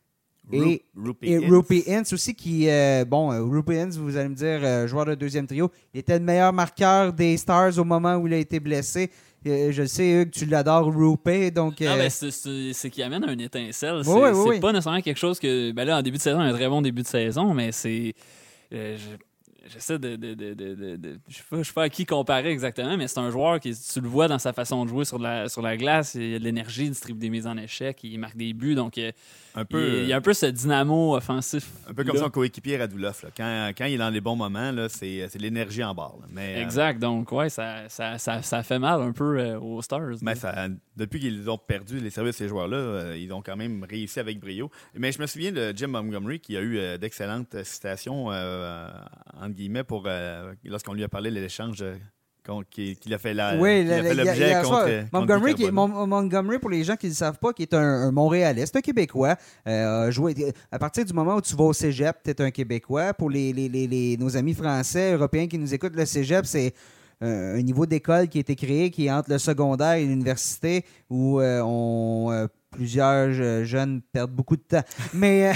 [SPEAKER 1] Et,
[SPEAKER 2] Roope
[SPEAKER 1] et Roope Hintz aussi, qui, euh, bon, euh, Roope Hintz, vous allez me dire, euh, joueur de deuxième trio, il était le meilleur marqueur des Stars au moment où il a été blessé. Euh, je sais, Hugues, tu l'adores, Roope, donc... Euh...
[SPEAKER 3] Ah, ben, c'est, c'est, c'est qu'il amène un étincelle. C'est,
[SPEAKER 1] oui, oui,
[SPEAKER 3] c'est
[SPEAKER 1] oui.
[SPEAKER 3] pas nécessairement quelque chose que... Ben là, en début de saison, il a un très bon début de saison, mais c'est... Euh, je... J'essaie de. de, de, de, de, de je ne sais pas à qui comparer exactement, mais c'est un joueur qui, tu le vois dans sa façon de jouer sur la, sur la glace. Il a de l'énergie, il distribue des mises en échec, il marque des buts. Donc,
[SPEAKER 2] un peu,
[SPEAKER 3] il, il y a un peu ce dynamo offensif.
[SPEAKER 2] Un peu comme là. Son coéquipier Radulov. Là. Quand, quand il est dans les bons moments, là, c'est, c'est l'énergie en barre. Là. Mais,
[SPEAKER 3] exact. Euh, donc, ouais, ça, ça, ça, ça fait mal un peu euh, aux Stars.
[SPEAKER 2] Mais ça, depuis qu'ils ont perdu les services de ces joueurs-là, euh, ils ont quand même réussi avec brio. Mais je me souviens de Jim Montgomery qui a eu euh, d'excellentes citations, euh, entre guillemets, pour. Euh, lorsqu'on lui a parlé de l'échange euh, qu'il, qu'il a fait, la,
[SPEAKER 1] oui,
[SPEAKER 2] qu'il a fait
[SPEAKER 1] la,
[SPEAKER 2] l'objet
[SPEAKER 1] la,
[SPEAKER 2] contre,
[SPEAKER 1] contre Montgomery, qui est, Montgomery, pour les gens qui ne le savent pas, qui est un, un Montréalais, c'est un Québécois. Euh, joué, à partir du moment où tu vas au cégep, tu es un Québécois. Pour les, les, les, les, nos amis français, européens qui nous écoutent, le cégep, c'est euh, un niveau d'école qui a été créé, qui est entre le secondaire et l'université, où euh, on, euh, plusieurs jeunes perdent beaucoup de temps. Mais...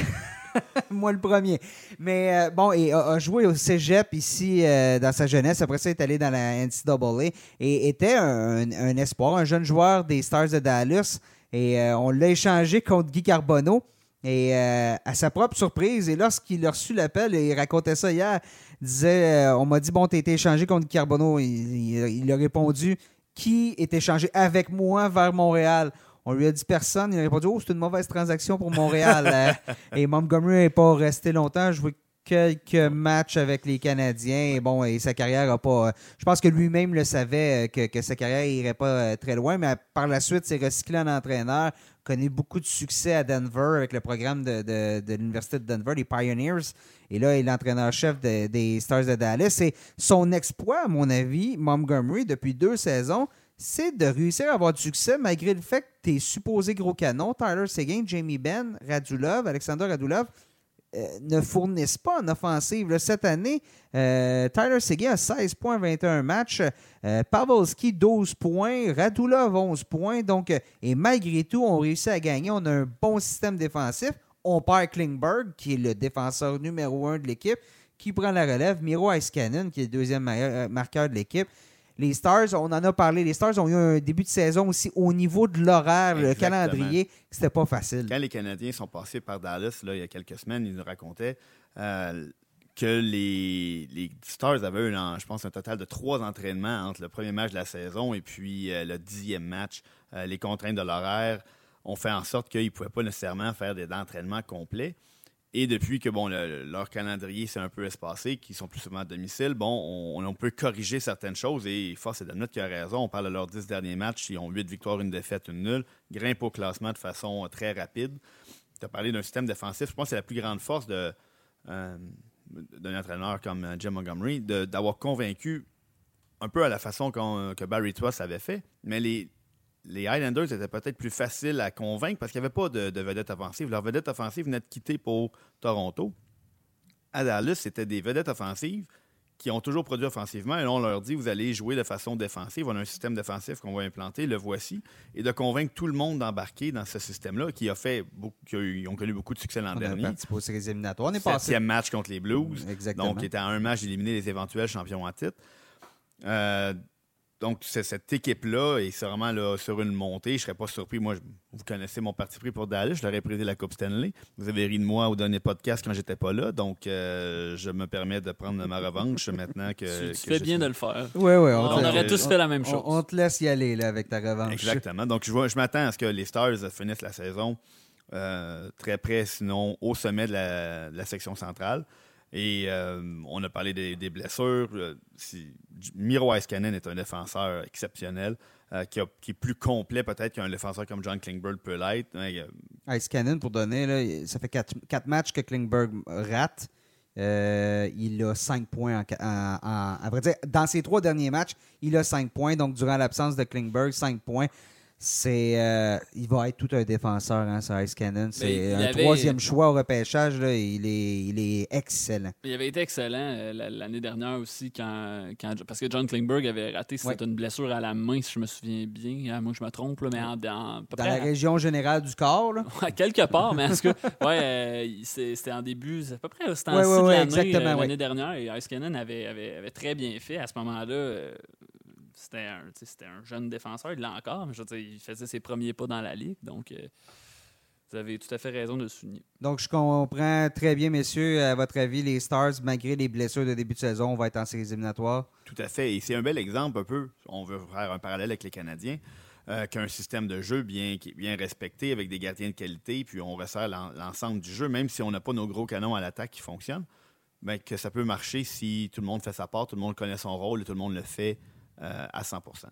[SPEAKER 1] Moi, le premier. Mais euh, bon, il a, a joué au cégep ici euh, dans sa jeunesse. Après ça, il est allé dans la N C A A et était un, un espoir, un jeune joueur des Stars de Dallas. Et euh, on l'a échangé contre Guy Carbonneau. Et euh, à sa propre surprise, et lorsqu'il a reçu l'appel, et il racontait ça hier, il disait euh, on m'a dit, bon, t'as été échangé contre Guy Carbonneau. Il, il, il a répondu qui est échangé avec moi vers Montréal. On lui a dit personne. Il a répondu « Oh, c'est une mauvaise transaction pour Montréal. » Et Montgomery n'est pas resté longtemps. Joué quelques matchs avec les Canadiens. Et bon, et sa carrière n'a pas... Je pense que lui-même le savait que, que sa carrière n'irait pas très loin. Mais par la suite, s'est recyclé en entraîneur. Connaît beaucoup de succès à Denver avec le programme de, de, de l'Université de Denver, les Pioneers. Et là, il est l'entraîneur-chef de, des Stars de Dallas. Et son exploit, à mon avis, Montgomery, depuis deux saisons, c'est de réussir à avoir du succès malgré le fait que tes supposés gros canons, Tyler Seguin, Jamie Benn, Radulov, Alexander Radulov, euh, ne fournissent pas en offensive. Là, cette année, euh, Tyler Seguin a seize points, vingt et un matchs. Euh, Pavelski, douze points. Radulov, onze points. Donc, euh, et malgré tout, on réussit à gagner. On a un bon système défensif. On perd Klingberg, qui est le défenseur numéro un de l'équipe, qui prend la relève. Miro Heiskanen, qui est le deuxième marqueur de l'équipe. Les Stars, on en a parlé, les Stars ont eu un début de saison aussi au niveau de l'horaire, exactement. Le calendrier, c'était pas facile.
[SPEAKER 2] Quand les Canadiens sont passés par Dallas, là, il y a quelques semaines, ils nous racontaient euh, que les, les Stars avaient eu, je pense, un total de trois entraînements entre le premier match de la saison et puis euh, le dixième match. Euh, les contraintes de l'horaire ont fait en sorte qu'ils ne pouvaient pas nécessairement faire des entraînements complets. Et depuis que bon, le, leur calendrier s'est un peu espacé, qu'ils sont plus souvent à domicile, bon, on, on peut corriger certaines choses et force est d'admettre qu'il a raison. On parle de leurs dix derniers matchs, ils ont huit victoires, une défaite, une nulle, grimpent au classement de façon très rapide. Tu as parlé d'un système défensif, je pense que c'est la plus grande force de, euh, d'un entraîneur comme Jim Montgomery, de, d'avoir convaincu un peu à la façon que Barry Trotz avait fait, mais les Les Highlanders étaient peut-être plus faciles à convaincre parce qu'il n'y avait pas de, de vedette offensive. Leur vedette offensive venait de quitter pour Toronto. À Dallas, c'était des vedettes offensives qui ont toujours produit offensivement. Et là, on leur dit, vous allez jouer de façon défensive. On a un système défensif qu'on va implanter, le voici. Et de convaincre tout le monde d'embarquer dans ce système-là qui a fait beaucoup, qui a eu, ils ont connu beaucoup de succès l'an
[SPEAKER 1] on
[SPEAKER 2] dernier.
[SPEAKER 1] On a participé aux séries éliminatoires. On est
[SPEAKER 2] Septième
[SPEAKER 1] passé...
[SPEAKER 2] match contre les Blues.
[SPEAKER 1] Exactement.
[SPEAKER 2] Donc, il était à un match d'éliminer les éventuels champions en titre. Euh, donc, c'est, cette équipe-là est vraiment là, sur une montée. Je ne serais pas surpris. Moi, je, vous connaissez mon parti pris pour Dallas. Je leur ai prêté la Coupe Stanley. Vous avez ri de moi au dernier podcast quand j'étais pas là. Donc, euh, je me permets de prendre ma revanche maintenant que.
[SPEAKER 3] Tu, tu
[SPEAKER 2] que
[SPEAKER 3] fais
[SPEAKER 2] je
[SPEAKER 3] bien
[SPEAKER 2] suis...
[SPEAKER 3] de le faire.
[SPEAKER 1] Oui, oui.
[SPEAKER 3] On, on aurait tous
[SPEAKER 1] on,
[SPEAKER 3] fait la même chose.
[SPEAKER 1] On, on te laisse y aller là, avec ta revanche.
[SPEAKER 2] Exactement. Donc, je, vois, je m'attends à ce que les Stars finissent la saison euh, très près, sinon au sommet de la, de la section centrale. Et euh, on a parlé des, des blessures. Si, Miro Heiskanen est un défenseur exceptionnel, euh, qui, a, qui est plus complet peut-être qu'un défenseur comme John Klingberg peut l'être. Euh,
[SPEAKER 1] Heiskanen, pour donner, là, ça fait quatre, quatre matchs que Klingberg rate. Euh, il a cinq points. En, en, en, à vrai dire, dans ses trois derniers matchs, il a cinq points. Donc, durant l'absence de Klingberg, cinq points. C'est, euh, il va être tout un défenseur, hein, ce Heiskanen. C'est un avait... troisième choix au repêchage. Là, il, est, il est excellent.
[SPEAKER 3] Il avait été excellent euh, l'année dernière aussi, quand, quand, parce que John Klingberg avait raté, c'était ouais. une blessure à la main, si je me souviens bien. Hein, moi, je me trompe, là, mais en, en,
[SPEAKER 1] dans la à... région générale du corps. Là.
[SPEAKER 3] Quelque part, mais en tout cas, ouais, euh, c'était en début, c'est à peu près c'était en
[SPEAKER 1] ouais,
[SPEAKER 3] ouais,
[SPEAKER 1] ouais,
[SPEAKER 3] de l'année, euh, l'année
[SPEAKER 1] ouais.
[SPEAKER 3] dernière. Et Heiskanen avait, avait, avait très bien fait à ce moment-là. Euh, C'était un, c'était un jeune défenseur, il l'a encore, mais je veux dire, il faisait ses premiers pas dans la ligue. Donc, euh, vous avez tout à fait raison de le souligner.
[SPEAKER 1] Donc, je comprends très bien, messieurs. À votre avis, les Stars, malgré les blessures de début de saison, vont être en séries éliminatoires?
[SPEAKER 2] Tout à fait. Et c'est un bel exemple, un peu. On veut faire un parallèle avec les Canadiens, euh, qui a un système de jeu bien, qui est bien respecté, avec des gardiens de qualité, puis on resserre l'en, l'ensemble du jeu, même si on n'a pas nos gros canons à l'attaque qui fonctionnent, bien, que ça peut marcher si tout le monde fait sa part, tout le monde connaît son rôle et tout le monde le fait Euh, à cent pour cent.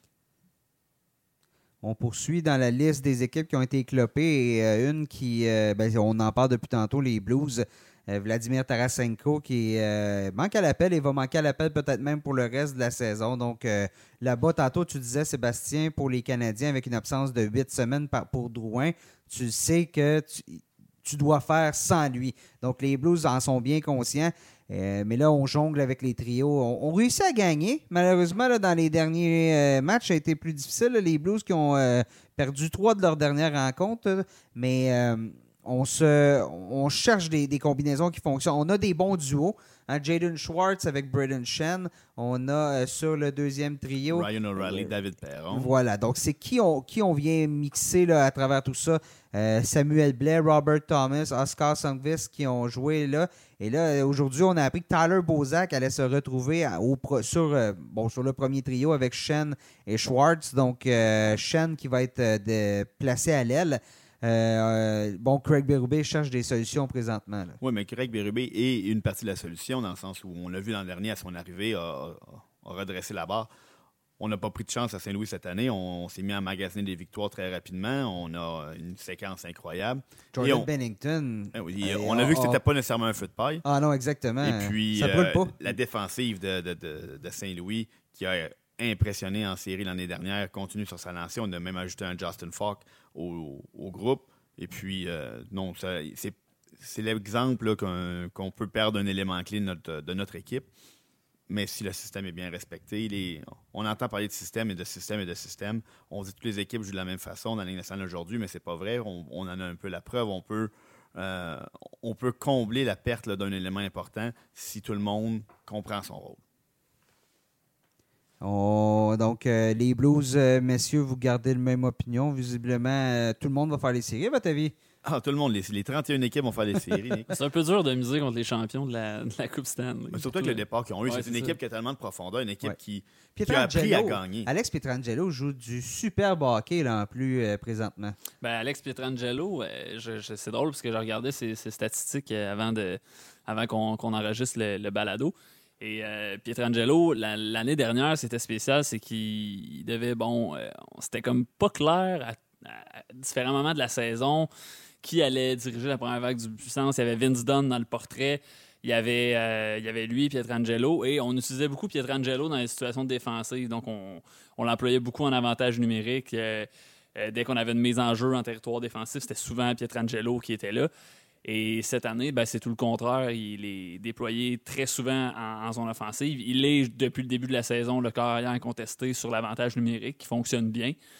[SPEAKER 1] On poursuit dans la liste des équipes qui ont été éclopées et euh, une qui, euh, ben, on en parle depuis tantôt, les Blues. Euh, Vladimir Tarasenko qui euh, manque à l'appel et va manquer à l'appel peut-être même pour le reste de la saison. Donc euh, là-bas, tantôt, tu disais, Sébastien, pour les Canadiens, avec une absence de huit semaines par, pour Drouin, tu sais que tu, tu dois faire sans lui. Donc les Blues en sont bien conscients. Euh, mais là, on jongle avec les trios. On, on réussit à gagner. Malheureusement, là, dans les derniers euh, matchs, ça a été plus difficile. Là, les Blues qui ont euh, perdu trois de leurs dernières rencontres. Là, mais euh, on, se, on cherche des, des combinaisons qui fonctionnent. On a des bons duos. Hein, Jaden Schwartz avec Braden Shen. On a euh, sur le deuxième trio
[SPEAKER 2] Ryan O'Reilly, euh, David Perron.
[SPEAKER 1] Voilà. Donc, c'est qui on, qui on vient mixer là, à travers tout ça. Euh, Samuel Blais, Robert Thomas, Oscar Sundqvist qui ont joué là. Et là, aujourd'hui, on a appris que Tyler Bozak allait se retrouver au, sur, euh, bon, sur le premier trio avec Shen et Schwartz. Donc, euh, Shen qui va être euh, de, placé à l'aile. Euh, bon, Craig Berube cherche des solutions présentement. Là.
[SPEAKER 2] Oui, mais Craig Berube est une partie de la solution, dans le sens où on l'a vu l'an dernier à son arrivée, a, a, a redressé la barre. On n'a pas pris de chance à Saint-Louis cette année. On, on s'est mis à magasiner des victoires très rapidement. On a une séquence incroyable.
[SPEAKER 1] Jordan
[SPEAKER 2] on,
[SPEAKER 1] Bennington.
[SPEAKER 2] Eh oui, euh, on a vu que c'était pas nécessairement un feu de paille.
[SPEAKER 1] Ah non, exactement.
[SPEAKER 2] Et puis,
[SPEAKER 1] ça brûle pas.
[SPEAKER 2] Euh, la défensive de, de, de, de Saint-Louis, qui a impressionné en série l'année dernière, continue sur sa lancée. On a même ajouté un Justin Falk au, au groupe. Et puis, euh, non, ça, c'est, c'est l'exemple là, qu'on, qu'on peut perdre un élément clé de notre, de notre équipe. Mais si le système est bien respecté, les... on entend parler de système et de système et de système. On dit que toutes les équipes jouent de la même façon dans la Ligue nationale aujourd'hui, mais c'est pas vrai. On, on en a un peu la preuve. On peut, euh, on peut combler la perte là, d'un élément important si tout le monde comprend son rôle.
[SPEAKER 1] Oh, donc, euh, les Blues, euh, messieurs, vous gardez la même opinion. Visiblement, euh, tout le monde va faire les séries, à votre avis?
[SPEAKER 2] Ah, tout le monde. Les, les trente et une équipes vont faire les séries, Nick.
[SPEAKER 3] C'est un peu dur de miser contre les champions de la, de la Coupe Stanley.
[SPEAKER 2] Mais surtout avec le départ qu'ils ont eu.
[SPEAKER 3] Ouais,
[SPEAKER 2] c'est,
[SPEAKER 3] c'est
[SPEAKER 2] une
[SPEAKER 3] ça.
[SPEAKER 2] équipe qui a tellement de profondeur, une équipe
[SPEAKER 1] ouais.
[SPEAKER 2] qui, qui a appris à gagner.
[SPEAKER 1] Alex Pietrangelo joue du superbe hockey là, en plus euh, présentement.
[SPEAKER 3] Ben, Alex Pietrangelo, euh, je, je, c'est drôle parce que je regardais ses, ses statistiques avant, de, avant qu'on, qu'on enregistre le, le balado. Et euh, Pietrangelo, la, l'année dernière, c'était spécial, c'est qu'il devait, bon, euh, c'était comme pas clair à, à différents moments de la saison qui allait diriger la première vague du puissance. Il y avait Vince Dunn dans le portrait, il y avait, euh, il y avait lui, Pietrangelo, et on utilisait beaucoup Pietrangelo dans les situations défensives. Donc, on, on l'employait beaucoup en avantage numérique. Euh, euh, dès qu'on avait une mise en jeu en territoire défensif, c'était souvent Pietrangelo qui était là. Et cette année, ben, c'est tout le contraire. Il est déployé très souvent en, en zone offensive. Il est, depuis le début de la saison, le carrière incontesté sur l'avantage numérique qui fonctionne bien.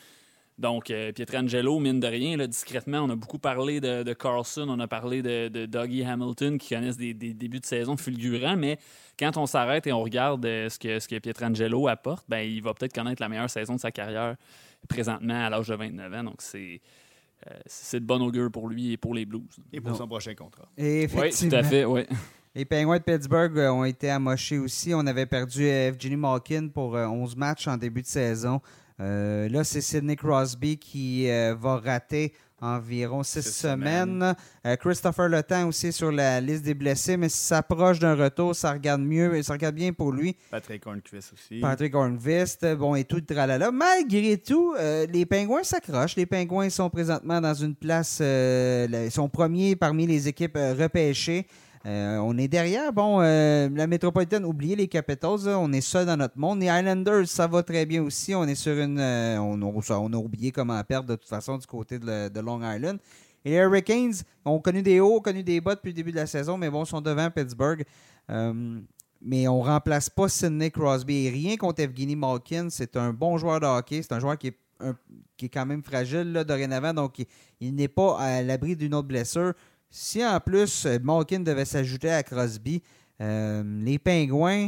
[SPEAKER 3] Donc, euh, Pietrangelo, mine de rien, là, discrètement, on a beaucoup parlé de, de Carlson, on a parlé de, de Dougie Hamilton qui connaissent des, des débuts de saison fulgurants, mais quand on s'arrête et on regarde euh, ce, que, ce que Pietrangelo apporte, ben, il va peut-être connaître la meilleure saison de sa carrière présentement à l'âge de vingt-neuf ans. Donc, c'est, euh, c'est de bon augure pour lui et pour les Blues.
[SPEAKER 2] Et pour
[SPEAKER 1] non.
[SPEAKER 2] son prochain contrat.
[SPEAKER 1] Et effectivement.
[SPEAKER 3] Oui, tout à fait, oui.
[SPEAKER 1] Les Penguins de Pittsburgh euh, ont été amochés aussi. On avait perdu euh, Evgeny Malkin pour euh, onze matchs en début de saison. Euh, là, c'est Sidney Crosby qui euh, va rater environ six semaines.
[SPEAKER 2] semaines.
[SPEAKER 1] Euh, Christopher Le Temps aussi sur la liste des blessés, mais si ça s'approche d'un retour, ça regarde mieux, ça regarde bien pour lui.
[SPEAKER 2] Patrick Hornqvist aussi.
[SPEAKER 1] Patrick Hornqvist, bon, et tout le tralala. Malgré tout, euh, les Pingouins s'accrochent. Les Pingouins sont présentement dans une place, euh, ils sont premiers parmi les équipes euh, repêchées. Euh, on est derrière. Bon, euh, la métropolitaine, oubliez les Capitals, là, on est seul dans notre monde. Les Islanders, ça va très bien aussi. On est sur une. Euh, on, a, on a oublié comment perdre de toute façon du côté de, le, de Long Island. Et les Hurricanes ont connu des hauts, ont connu des bas depuis le début de la saison, mais bon, ils sont devant Pittsburgh. Euh, mais on ne remplace pas Sidney Crosby. Et rien contre Evgeny Malkin. C'est un bon joueur de hockey. C'est un joueur qui est, un, qui est quand même fragile là, dorénavant. Donc, il, il n'est pas à l'abri d'une autre blessure. Si en plus Malkin devait s'ajouter à Crosby, euh, les Pingouins,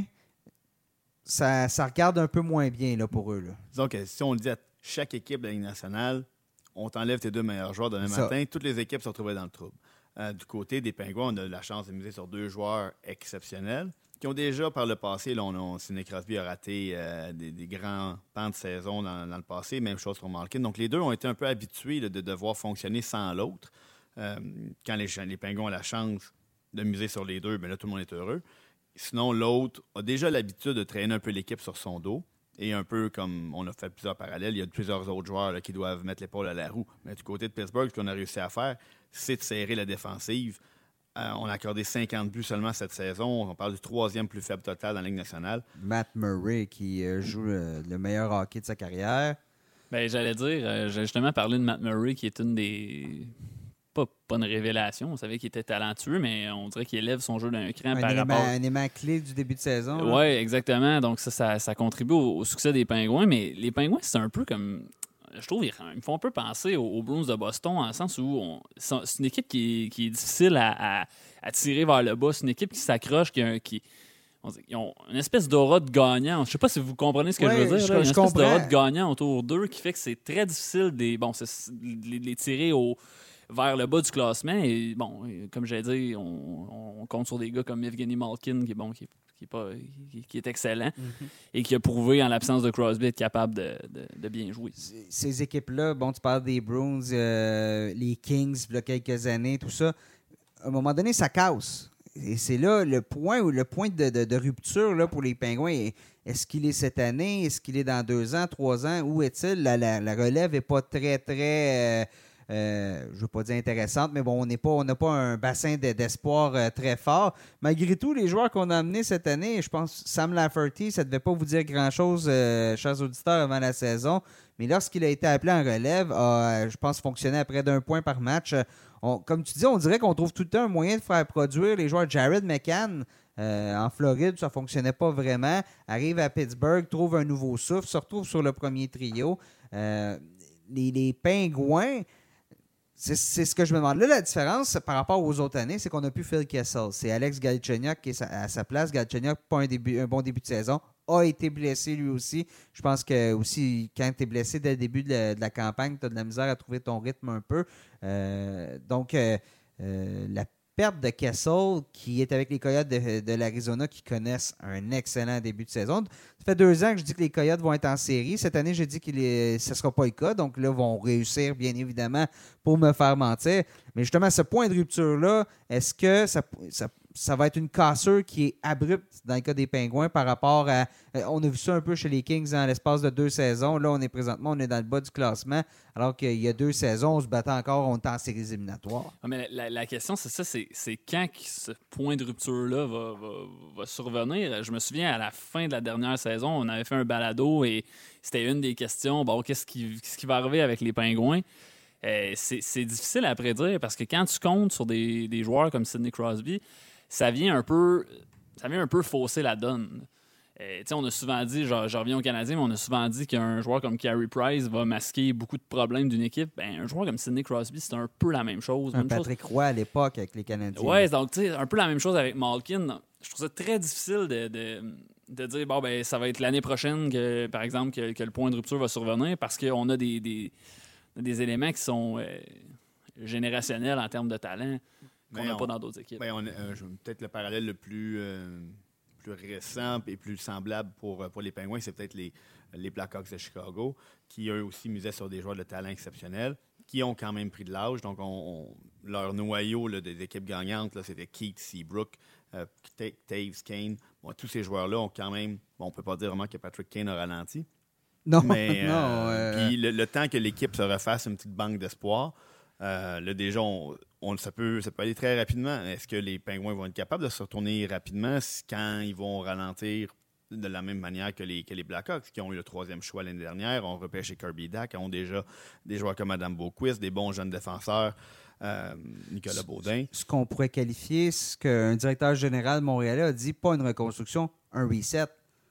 [SPEAKER 1] ça, ça regarde un peu moins bien là, pour eux. Là.
[SPEAKER 2] Disons que si on le dit à chaque équipe de la Ligue nationale, on t'enlève tes deux meilleurs joueurs demain
[SPEAKER 1] Ça.
[SPEAKER 2] matin, toutes les équipes se retrouvent dans le trouble. Euh, du côté des Pingouins, on a la chance de miser sur deux joueurs exceptionnels qui ont déjà, par le passé, là, on, on, Sidney Crosby a raté euh, des, des grands pans de saison dans, dans le passé, même chose pour Malkin. Donc les deux ont été un peu habitués là, de devoir fonctionner sans l'autre. Euh, quand les, les Pingouins ont la chance de miser sur les deux, bien là, tout le monde est heureux. Sinon, l'autre a déjà l'habitude de traîner un peu l'équipe sur son dos. Et un peu comme on a fait plusieurs parallèles, il y a plusieurs autres joueurs là, qui doivent mettre l'épaule à la roue. Mais du côté de Pittsburgh, ce qu'on a réussi à faire, c'est de serrer la défensive. Euh, on a accordé cinquante buts seulement cette saison. On parle du troisième plus faible total dans la Ligue nationale.
[SPEAKER 1] Matt Murray qui euh, joue le, le meilleur hockey de sa carrière.
[SPEAKER 3] Ben, j'allais dire, euh, j'ai justement parlé de Matt Murray qui est une des... Pas, pas une révélation. On savait qu'il était talentueux, mais on dirait qu'il élève son jeu d'un cran
[SPEAKER 1] Un
[SPEAKER 3] par
[SPEAKER 1] élément,
[SPEAKER 3] rapport...
[SPEAKER 1] un élément clé du début de saison.
[SPEAKER 3] Oui, exactement. Donc ça, ça, ça contribue au, au succès des Pingouins. Mais les Pingouins, c'est un peu comme... Je trouve qu'ils me font un peu penser aux, aux Bruins de Boston, en le sens où on, c'est une équipe qui est, qui est difficile à, à, à tirer vers le bas. C'est une équipe qui s'accroche, qui... A, qui on dit, ils ont une espèce d'aura de gagnant. Je sais pas si vous comprenez ce que
[SPEAKER 1] ouais,
[SPEAKER 3] je veux dire.
[SPEAKER 1] Je,
[SPEAKER 3] là. Une
[SPEAKER 1] je
[SPEAKER 3] espèce
[SPEAKER 1] comprends.
[SPEAKER 3] d'aura de gagnant autour d'eux qui fait que c'est très difficile des, bon, c'est, les, les tirer au... vers le bas du classement. Et bon, comme j'ai dit, on, on compte sur des gars comme Evgeny Malkin, qui est bon, qui, qui, est, pas, qui, qui est excellent,
[SPEAKER 1] Mm-hmm.
[SPEAKER 3] et qui a prouvé, en l'absence de Crosby, être capable de, de, de bien jouer.
[SPEAKER 1] Ces équipes-là, bon, tu parles des Bruins, euh, les Kings, il y a quelques années, tout ça. À un moment donné, ça casse. Et c'est là le point où le point de, de, de rupture là, pour les Pingouins. Est-ce qu'il est cette année? Est-ce qu'il est dans deux ans, trois ans? Où est-il? La, la, la relève n'est pas très, très... Euh, Euh, je ne veux pas dire intéressante, mais bon, on n'est pas, on n'a pas un bassin de, d'espoir euh, très fort. Malgré tout, les joueurs qu'on a amenés cette année, je pense Sam Lafferty, ça ne devait pas vous dire grand-chose, euh, chers auditeurs, avant la saison, mais lorsqu'il a été appelé en relève, a, je pense, fonctionné à près d'un point par match. On, comme tu dis, on dirait qu'on trouve tout le temps un moyen de faire produire les joueurs. Jared McCann, Euh, en Floride, ça ne fonctionnait pas vraiment. Arrive à Pittsburgh, trouve un nouveau souffle, se retrouve sur le premier trio. Euh, les, les Pingouins, c'est, c'est ce que je me demande. Là, la différence par rapport aux autres années, c'est qu'on n'a plus Phil Kessel. C'est Alex Galchenyuk qui est à sa place. Galchenyuk, pas un, début, un bon début de saison, a été blessé lui aussi. Je pense que aussi, quand tu es blessé dès le début de la, de la campagne, tu as de la misère à trouver ton rythme un peu. Euh, donc, euh, euh, la perte de Kessel, qui est avec les Coyotes de, de l'Arizona, qui connaissent un excellent début de saison. Ça fait deux ans que je dis que les Coyotes vont être en série. Cette année, j'ai dit que ce ne sera pas le cas. Donc là, ils vont réussir, bien évidemment, pour me faire mentir. Mais justement, ce point de rupture-là, est-ce que ça, ça, ça va être une cassure qui est abrupte dans le cas des Pingouins par rapport à... On a vu ça un peu chez les Kings dans l'espace de deux saisons. Là, on est présentement, on est dans le bas du classement, alors qu'il y a deux saisons, on se battait encore, on était en séries éliminatoires.
[SPEAKER 3] Ah, mais la, la question, c'est ça, c'est, c'est quand ce point de rupture-là va, va, va survenir. Je me souviens, à la fin de la dernière saison, on avait fait un balado et c'était une des questions, bon, qu'est-ce qui, qu'est-ce qui va arriver avec les Pingouins? Euh, c'est, c'est difficile à prédire parce que quand tu comptes sur des, des joueurs comme Sidney Crosby, ça vient un peu, ça vient un peu fausser la donne. Euh, on a souvent dit, genre, je reviens au Canadien, mais on a souvent dit qu'un joueur comme Carey Price va masquer beaucoup de problèmes d'une équipe. Ben, un joueur comme Sidney Crosby, c'est un peu la même chose.
[SPEAKER 1] Un
[SPEAKER 3] même
[SPEAKER 1] Patrick
[SPEAKER 3] chose.
[SPEAKER 1] Roy à l'époque avec les Canadiens.
[SPEAKER 3] Ouais, donc tu sais, un peu la même chose avec Malkin. Je trouve ça très difficile de, de, de dire, bon, ben, ça va être l'année prochaine, que, par exemple, que, que le point de rupture va survenir parce qu'on a des, des, des éléments qui sont euh, générationnels en termes de talent qu'on n'a pas dans d'autres équipes.
[SPEAKER 2] Ben on, euh, peut-être le parallèle le plus... Euh... plus récent et plus semblable pour, pour les Penguins, c'est peut-être les, les Blackhawks de Chicago, qui eux aussi misaient sur des joueurs de talent exceptionnels, qui ont quand même pris de l'âge. Donc, on, on, leur noyau là, des équipes gagnantes, là, c'était Keith, Seabrook, euh, Taves, Kane. Bon, tous ces joueurs-là ont quand même... Bon, on ne peut pas dire vraiment que Patrick Kane a ralenti.
[SPEAKER 1] Non,
[SPEAKER 2] mais,
[SPEAKER 1] non.
[SPEAKER 2] Euh,
[SPEAKER 1] euh...
[SPEAKER 2] Puis le, le temps que l'équipe se refasse une petite banque d'espoir, euh, là, déjà, on... On, ça, peut, ça peut aller très rapidement. Est-ce que les Pingouins vont être capables de se retourner rapidement quand ils vont ralentir de la même manière que les, que les Blackhawks, qui ont eu le troisième choix l'année dernière, ont repêché Kirby Dach, ont déjà des joueurs comme Adam Boquist, des bons jeunes défenseurs, euh, Nicolas Baudin.
[SPEAKER 1] Ce qu'on pourrait qualifier, ce qu'un directeur général montréalais a dit, pas une reconstruction, un reset.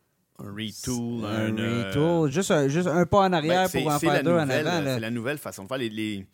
[SPEAKER 2] Un retool.
[SPEAKER 1] Un,
[SPEAKER 2] un
[SPEAKER 1] retool. Euh... Juste, un, juste un pas en arrière ben, pour en faire deux en avant.
[SPEAKER 2] C'est la nouvelle façon de faire. Les, les...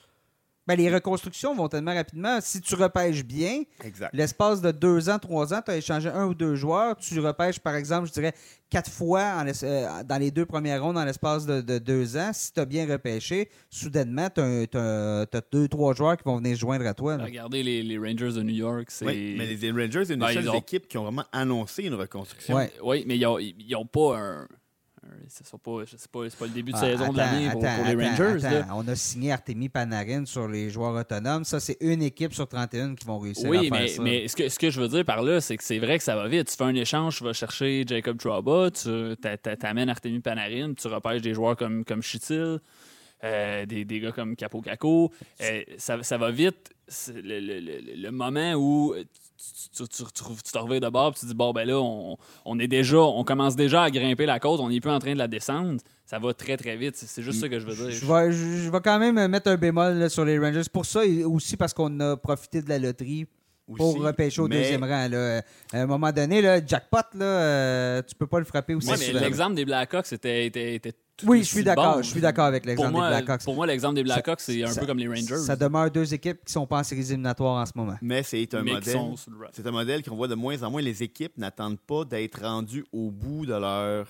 [SPEAKER 1] Ben, les reconstructions vont tellement rapidement. Si tu repêches bien,
[SPEAKER 2] exact.
[SPEAKER 1] L'espace de deux ans, trois ans, tu as échangé un ou deux joueurs. Tu repêches, par exemple, je dirais, quatre fois en euh, dans les deux premières rondes dans l'espace de, de deux ans. Si tu as bien repêché, soudainement, tu as deux, trois joueurs qui vont venir se joindre à toi. Là.
[SPEAKER 3] Regardez les, les Rangers de New York. C'est...
[SPEAKER 2] Oui, mais les Rangers, c'est une ben, des seules ont... équipes qui ont vraiment annoncé une reconstruction.
[SPEAKER 1] Ouais.
[SPEAKER 3] Oui, mais ils n'ont pas un... C'est pas, c'est pas, c'est pas le début de
[SPEAKER 1] ah,
[SPEAKER 3] saison
[SPEAKER 1] attends,
[SPEAKER 3] de l'année pour,
[SPEAKER 1] attends,
[SPEAKER 3] pour les
[SPEAKER 1] attends,
[SPEAKER 3] Rangers.
[SPEAKER 1] Attends.
[SPEAKER 3] Là.
[SPEAKER 1] On a signé Artemi Panarin sur les joueurs autonomes. Ça, c'est une équipe sur trente et un qui vont réussir
[SPEAKER 3] oui,
[SPEAKER 1] à faire
[SPEAKER 3] mais,
[SPEAKER 1] ça.
[SPEAKER 3] Oui, mais ce que, ce que je veux dire par là, c'est que c'est vrai que ça va vite. Tu fais un échange, tu vas chercher Jacob Trouba, tu t'amènes Artemi Panarin, tu repêches des joueurs comme, comme Chytil, euh, des, des gars comme Capo Caco. Euh, ça, ça va vite. Le, le, le, le moment où... Tu, tu, tu, tu te reviens de bord et tu dis bon ben là on, on est déjà on commence déjà à grimper la côte, on n'est plus en train de la descendre, ça va très très vite, c'est juste ça que je veux dire.
[SPEAKER 1] Je vais, je, je vais quand même mettre un bémol là, sur les Rangers pour ça et aussi parce qu'on a profité de la loterie aussi, pour repêcher au mais... deuxième rang là. À un moment donné là, jackpot là, euh, tu peux pas le frapper aussi.
[SPEAKER 3] Ouais, mais l'exemple des Blackhawks était, était, était tout
[SPEAKER 1] oui, je suis d'accord.
[SPEAKER 3] Bon.
[SPEAKER 1] Je suis d'accord avec l'exemple
[SPEAKER 3] moi,
[SPEAKER 1] des Blackhawks.
[SPEAKER 3] Pour moi, l'exemple des Blackhawks, c'est un
[SPEAKER 1] ça,
[SPEAKER 3] peu comme les Rangers.
[SPEAKER 1] Ça demeure deux équipes qui sont pas en séries éliminatoires en ce moment.
[SPEAKER 2] Mais c'est un
[SPEAKER 3] mais
[SPEAKER 2] modèle. C'est un modèle qu'on voit de moins en moins. Les équipes n'attendent pas d'être rendues au bout de leur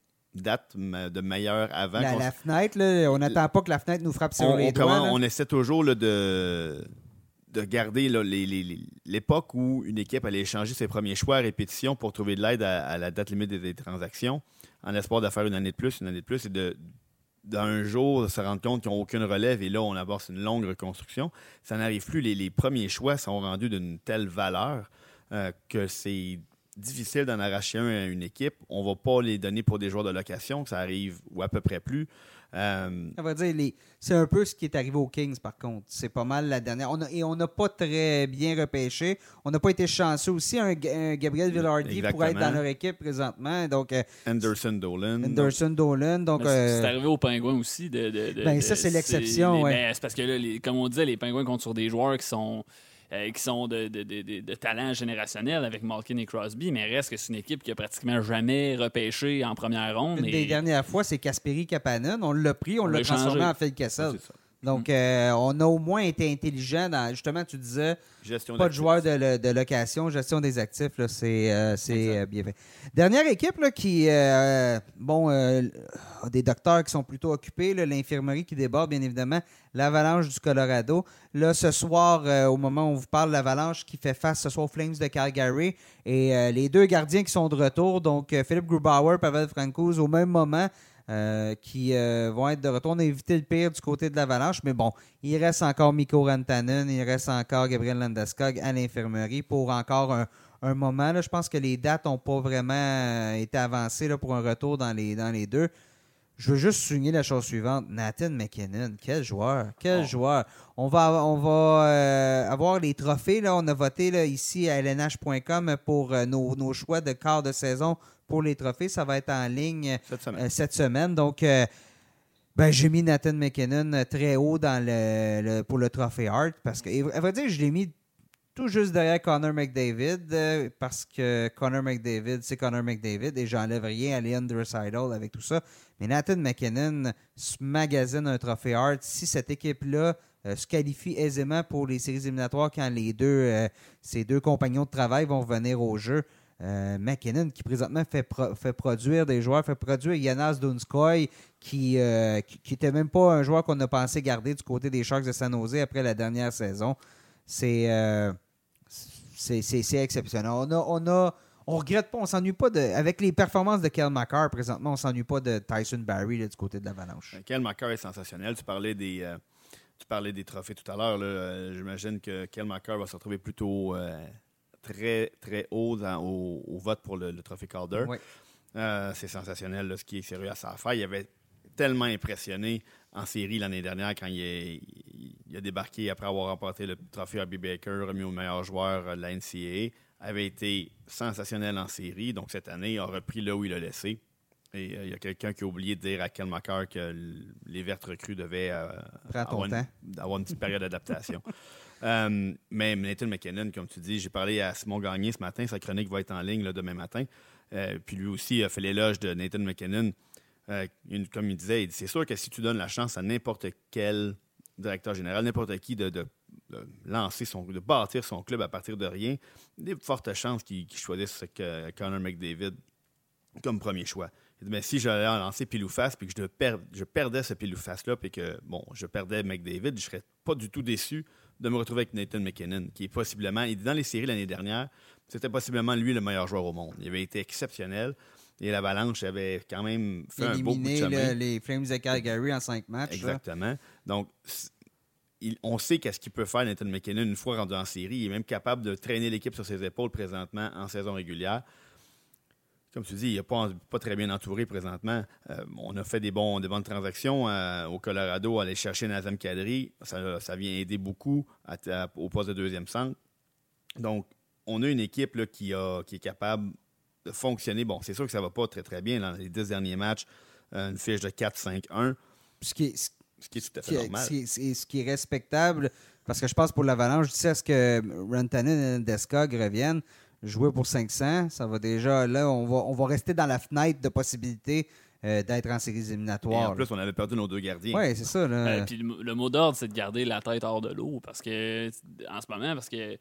[SPEAKER 2] date de meilleure avant.
[SPEAKER 1] La, la fenêtre, là, on n'attend pas que la fenêtre nous frappe sur
[SPEAKER 2] on,
[SPEAKER 1] les
[SPEAKER 2] on
[SPEAKER 1] doigts.
[SPEAKER 2] Comment, on essaie toujours là, de, de garder là, les, les, les, l'époque où une équipe allait échanger ses premiers choix à répétition pour trouver de l'aide à, à la date limite des, des transactions, en espoir de faire une année de plus, une année de plus, et de d'un jour de se rendre compte qu'ils n'ont aucune relève et là, on aborde une longue reconstruction. Ça n'arrive plus. Les, les premiers choix sont rendus d'une telle valeur euh, que c'est difficile d'en arracher un à une équipe. On ne va pas les donner pour des joueurs de location, ça arrive ou à peu près plus. Euh...
[SPEAKER 1] Ça veut dire, les... c'est un peu ce qui est arrivé aux Kings, par contre. C'est pas mal la dernière. On a... Et on n'a pas très bien repêché. On n'a pas été chanceux aussi. Un, un Gabriel Vilardi pourrait être dans leur équipe présentement. Donc, euh...
[SPEAKER 2] Anderson Dolan.
[SPEAKER 1] Anderson Dolan. Donc,
[SPEAKER 3] euh...
[SPEAKER 1] c'est
[SPEAKER 3] arrivé aux Pingouins aussi. De, de, de,
[SPEAKER 1] ben, ça, c'est l'exception. Ouais.
[SPEAKER 3] Ben, c'est parce que, là, les... comme on disait, les Pingouins comptent sur des joueurs qui sont... Euh, qui sont de, de, de, de, de talent générationnel avec Malkin et Crosby, mais reste que c'est une équipe qui a pratiquement jamais repêché en première ronde.
[SPEAKER 1] Une
[SPEAKER 3] et...
[SPEAKER 1] des dernières fois, c'est Kasperi Kapanen. On l'a pris, on, on l'a transformé en Phil Kessel. Ouais, donc, mm. euh, on a au moins été intelligent dans, justement, tu disais, gestion pas de joueurs de, de location, gestion des actifs, là, c'est, euh, c'est euh, bien fait. Dernière équipe là, qui, euh, bon, euh, a des docteurs qui sont plutôt occupés, là, l'infirmerie qui déborde, bien évidemment, l'Avalanche du Colorado. Là, ce soir, euh, au moment où on vous parle, l'Avalanche qui fait face ce soir aux Flames de Calgary et euh, les deux gardiens qui sont de retour, donc euh, Philippe Grubauer, Pavel Francouz, au même moment, Euh, qui euh, vont être de retour. On a évité le pire du côté de l'Avalanche, mais bon, il reste encore Mikko Rantanen, il reste encore Gabriel Landeskog à l'infirmerie pour encore un, un moment. Là, je pense que les dates n'ont pas vraiment été avancées là, pour un retour dans les, dans les deux. Je veux juste souligner la chose suivante. Nathan MacKinnon, quel joueur, quel oh. joueur. On va, on va euh, avoir les trophées. Là. On a voté là, ici à L N H point com pour euh, nos, nos choix de quart de saison pour les trophées. Ça va être en ligne
[SPEAKER 2] cette semaine.
[SPEAKER 1] Euh, cette semaine. Donc, euh, ben, j'ai mis Nathan MacKinnon très haut dans le, le, pour le trophée Hart parce que, à vrai dire, je l'ai mis tout juste derrière Connor McDavid, euh, parce que Connor McDavid, c'est Connor McDavid, et j'enlève rien à Leon Draisaitl avec tout ça. Mais Nathan MacKinnon se magasine un trophée Hart. Si cette équipe-là euh, se qualifie aisément pour les séries éliminatoires quand les deux, euh, ces deux compagnons de travail vont revenir au jeu, Euh, MacKinnon qui présentement fait, pro- fait produire des joueurs, fait produire Jonas Donskoy qui euh, qui n'était même pas un joueur qu'on a pensé garder du côté des Sharks de San Jose après la dernière saison. C'est euh, c'est, c'est, c'est exceptionnel. On a, on a on regrette pas, on s'ennuie pas de avec les performances de Cale Makar présentement, on s'ennuie pas de Tyson Barrie là, du côté de l'Avalanche.
[SPEAKER 2] Cale Makar est sensationnel. Tu parlais des euh, tu parlais des trophées tout à l'heure. Là. Euh, j'imagine que Cale Makar va se retrouver plutôt euh, très, très haut dans, au, au vote pour le, le trophée Calder.
[SPEAKER 1] Oui.
[SPEAKER 2] Euh, c'est sensationnel, là, ce qui est sérieux à sa affaire. Il avait tellement impressionné en série l'année dernière quand il, est, il a débarqué après avoir remporté le trophée Herbie Baker, remis au meilleur joueur de la N C A A. Avait été sensationnel en série. Donc cette année, il a repris là où il a laissé. Et euh, il y a quelqu'un qui a oublié de dire à Cale Makar que l- les vertes recrues devaient euh, avoir, une, avoir une petite période d'adaptation. Um, mais Nathan MacKinnon, comme tu dis, j'ai parlé à Simon Gagné ce matin, sa chronique va être en ligne là, demain matin. Euh, puis lui aussi a fait l'éloge de Nathan MacKinnon. Euh, une, comme il disait, il dit, c'est sûr que si tu donnes la chance à n'importe quel directeur général, n'importe qui de, de, de lancer son, de bâtir son club à partir de rien, il y a de fortes chances qu'il, qu'il choisisse que Connor McDavid comme premier choix. Il dit, mais si j'allais lancer pile ou face, puis que je, per- je perdais ce pile ou face-là, puis que bon, je perdais McDavid, je ne serais pas du tout déçu de me retrouver avec Nathan MacKinnon, qui est possiblement, il dit dans les séries l'année dernière, c'était possiblement lui le meilleur joueur au monde. Il avait été exceptionnel. Et l'Avalanche avait quand même fait
[SPEAKER 1] Éliminer
[SPEAKER 2] un beau bout de chemin.
[SPEAKER 1] Le, les Flames de Calgary en cinq matchs.
[SPEAKER 2] Exactement.
[SPEAKER 1] Là.
[SPEAKER 2] Donc, il, on sait qu'est-ce qu'il peut faire, Nathan MacKinnon, une fois rendu en série. Il est même capable de traîner l'équipe sur ses épaules présentement en saison régulière. Comme tu dis, il n'est pas, pas très bien entouré présentement. Euh, on a fait des, bons, des bonnes transactions euh, au Colorado, aller chercher Nazem Kadri. Ça, ça vient aider beaucoup à, à, au poste de deuxième centre. Donc, on a une équipe là, qui, a, qui est capable de fonctionner. Bon, c'est sûr que ça ne va pas très, très bien dans les dix derniers matchs. Euh, une fiche de quatre cinq un.
[SPEAKER 1] Ce qui est, ce,
[SPEAKER 2] ce qui est tout à fait
[SPEAKER 1] qui est,
[SPEAKER 2] normal.
[SPEAKER 1] Ce qui, est, ce qui est respectable, parce que je pense pour l'Avalanche, je dis à ce que Rantanen et Landeskog reviennent. Jouer pour cinq cents, ça va déjà, là, on va, on va rester dans la fenêtre de possibilités euh, d'être en séries éliminatoires.
[SPEAKER 2] Et en plus,
[SPEAKER 1] là.
[SPEAKER 2] on avait perdu nos deux gardiens.
[SPEAKER 1] Oui, c'est ça. Là.
[SPEAKER 3] Euh, puis le, le mot d'ordre, c'est de garder la tête hors de l'eau, parce que, en ce moment, parce que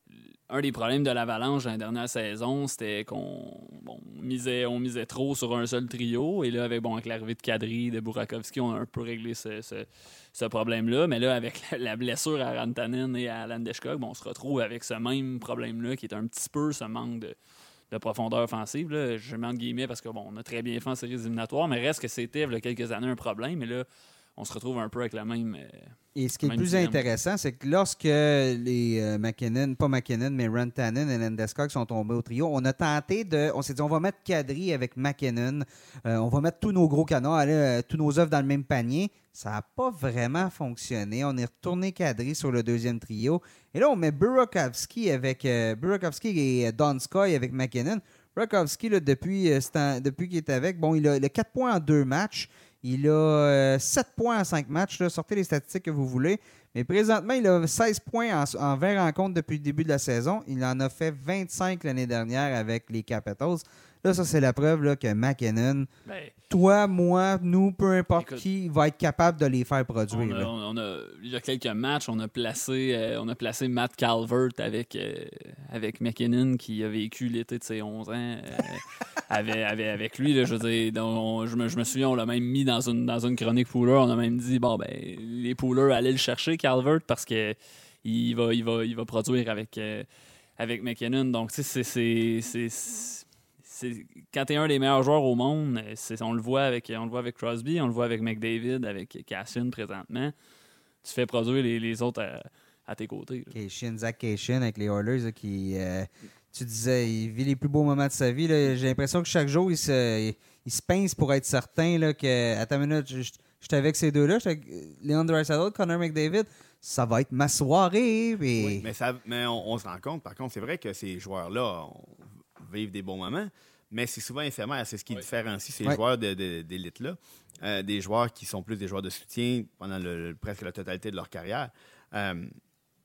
[SPEAKER 3] un des problèmes de l'Avalanche dans la dernière saison, c'était qu'on bon, misait, on misait trop sur un seul trio. Et là, avec, bon, avec l'arrivée de Kadri, de Burakovsky, on a un peu réglé ce, ce, ce problème-là. Mais là, avec la, la blessure à Rantanen et à Landeskog, bon, on se retrouve avec ce même problème-là qui est un petit peu ce manque de, de profondeur offensive. Là. Je mets entre guillemets parce que bon, on a très bien fait en séries éliminatoires, mais reste que c'était il y a quelques années un problème. Mais là, on se retrouve un peu avec la même. Euh,
[SPEAKER 1] Et ce qui est le plus dilemme. intéressant, c'est que lorsque les euh, MacKinnon, pas MacKinnon, mais Rantanen et Landeskog sont tombés au trio, on a tenté de. On s'est dit, on va mettre Kadri avec MacKinnon. Euh, on va mettre tous nos gros canons, aller, euh, tous nos œufs dans le même panier. Ça n'a pas vraiment fonctionné. On est retourné Kadri sur le deuxième trio. Et là, on met Burakovsky avec euh, Burakovsky et Donskoy avec MacKinnon. Burakovsky, là, depuis, euh, temps, depuis qu'il est avec, bon, il a, il a quatre points en deux matchs. Il a euh, sept points en cinq matchs. Là. Sortez les statistiques que vous voulez. Mais présentement, il a seize points en, en vingt rencontres depuis le début de la saison. Il en a fait vingt-cinq l'année dernière avec les Capitals. Là, ça, c'est la preuve là, que MacKinnon, ben, toi, moi, nous, peu importe écoute, qui, va être capable de les faire produire.
[SPEAKER 3] On a, on a, il y a quelques matchs, on a placé, euh, on a placé Matt Calvert avec, euh, avec MacKinnon qui a vécu l'été de ses onze ans euh, avec, avec, avec lui. Là, je veux dire, on, je, me, je me souviens, on l'a même mis dans une, dans une chronique Pooler. On a même dit, bon, ben, les Poolers allaient le chercher, Calvert, parce que il va, il va, il va produire avec, euh, avec MacKinnon. Donc, tu sais, c'est... c'est, c'est C'est, quand tu es un des meilleurs joueurs au monde, c'est, on, le voit avec, on le voit avec Crosby, on le voit avec McDavid, avec Cassian présentement. Tu fais produire les, les autres à, à tes côtés.
[SPEAKER 1] Cassian, Zach Cassian avec les Oilers, là, qui, euh, tu disais, il vit les plus beaux moments de sa vie. Là. J'ai l'impression que chaque jour, il se, il, il se pince pour être certain là, que, attends une minute, j'étais avec ces deux-là, j'étais avec Leon Draisaitl, Connor McDavid. Ça va être ma soirée. Mais,
[SPEAKER 2] oui, mais, ça, mais on, on se rend compte, par contre, c'est vrai que ces joueurs-là on, vivent des bons moments. Mais c'est souvent éphémère. C'est ce qui oui. différencie ces oui. joueurs de, de, d'élite-là. Euh, des joueurs qui sont plus des joueurs de soutien pendant le, le, presque la totalité de leur carrière. Euh,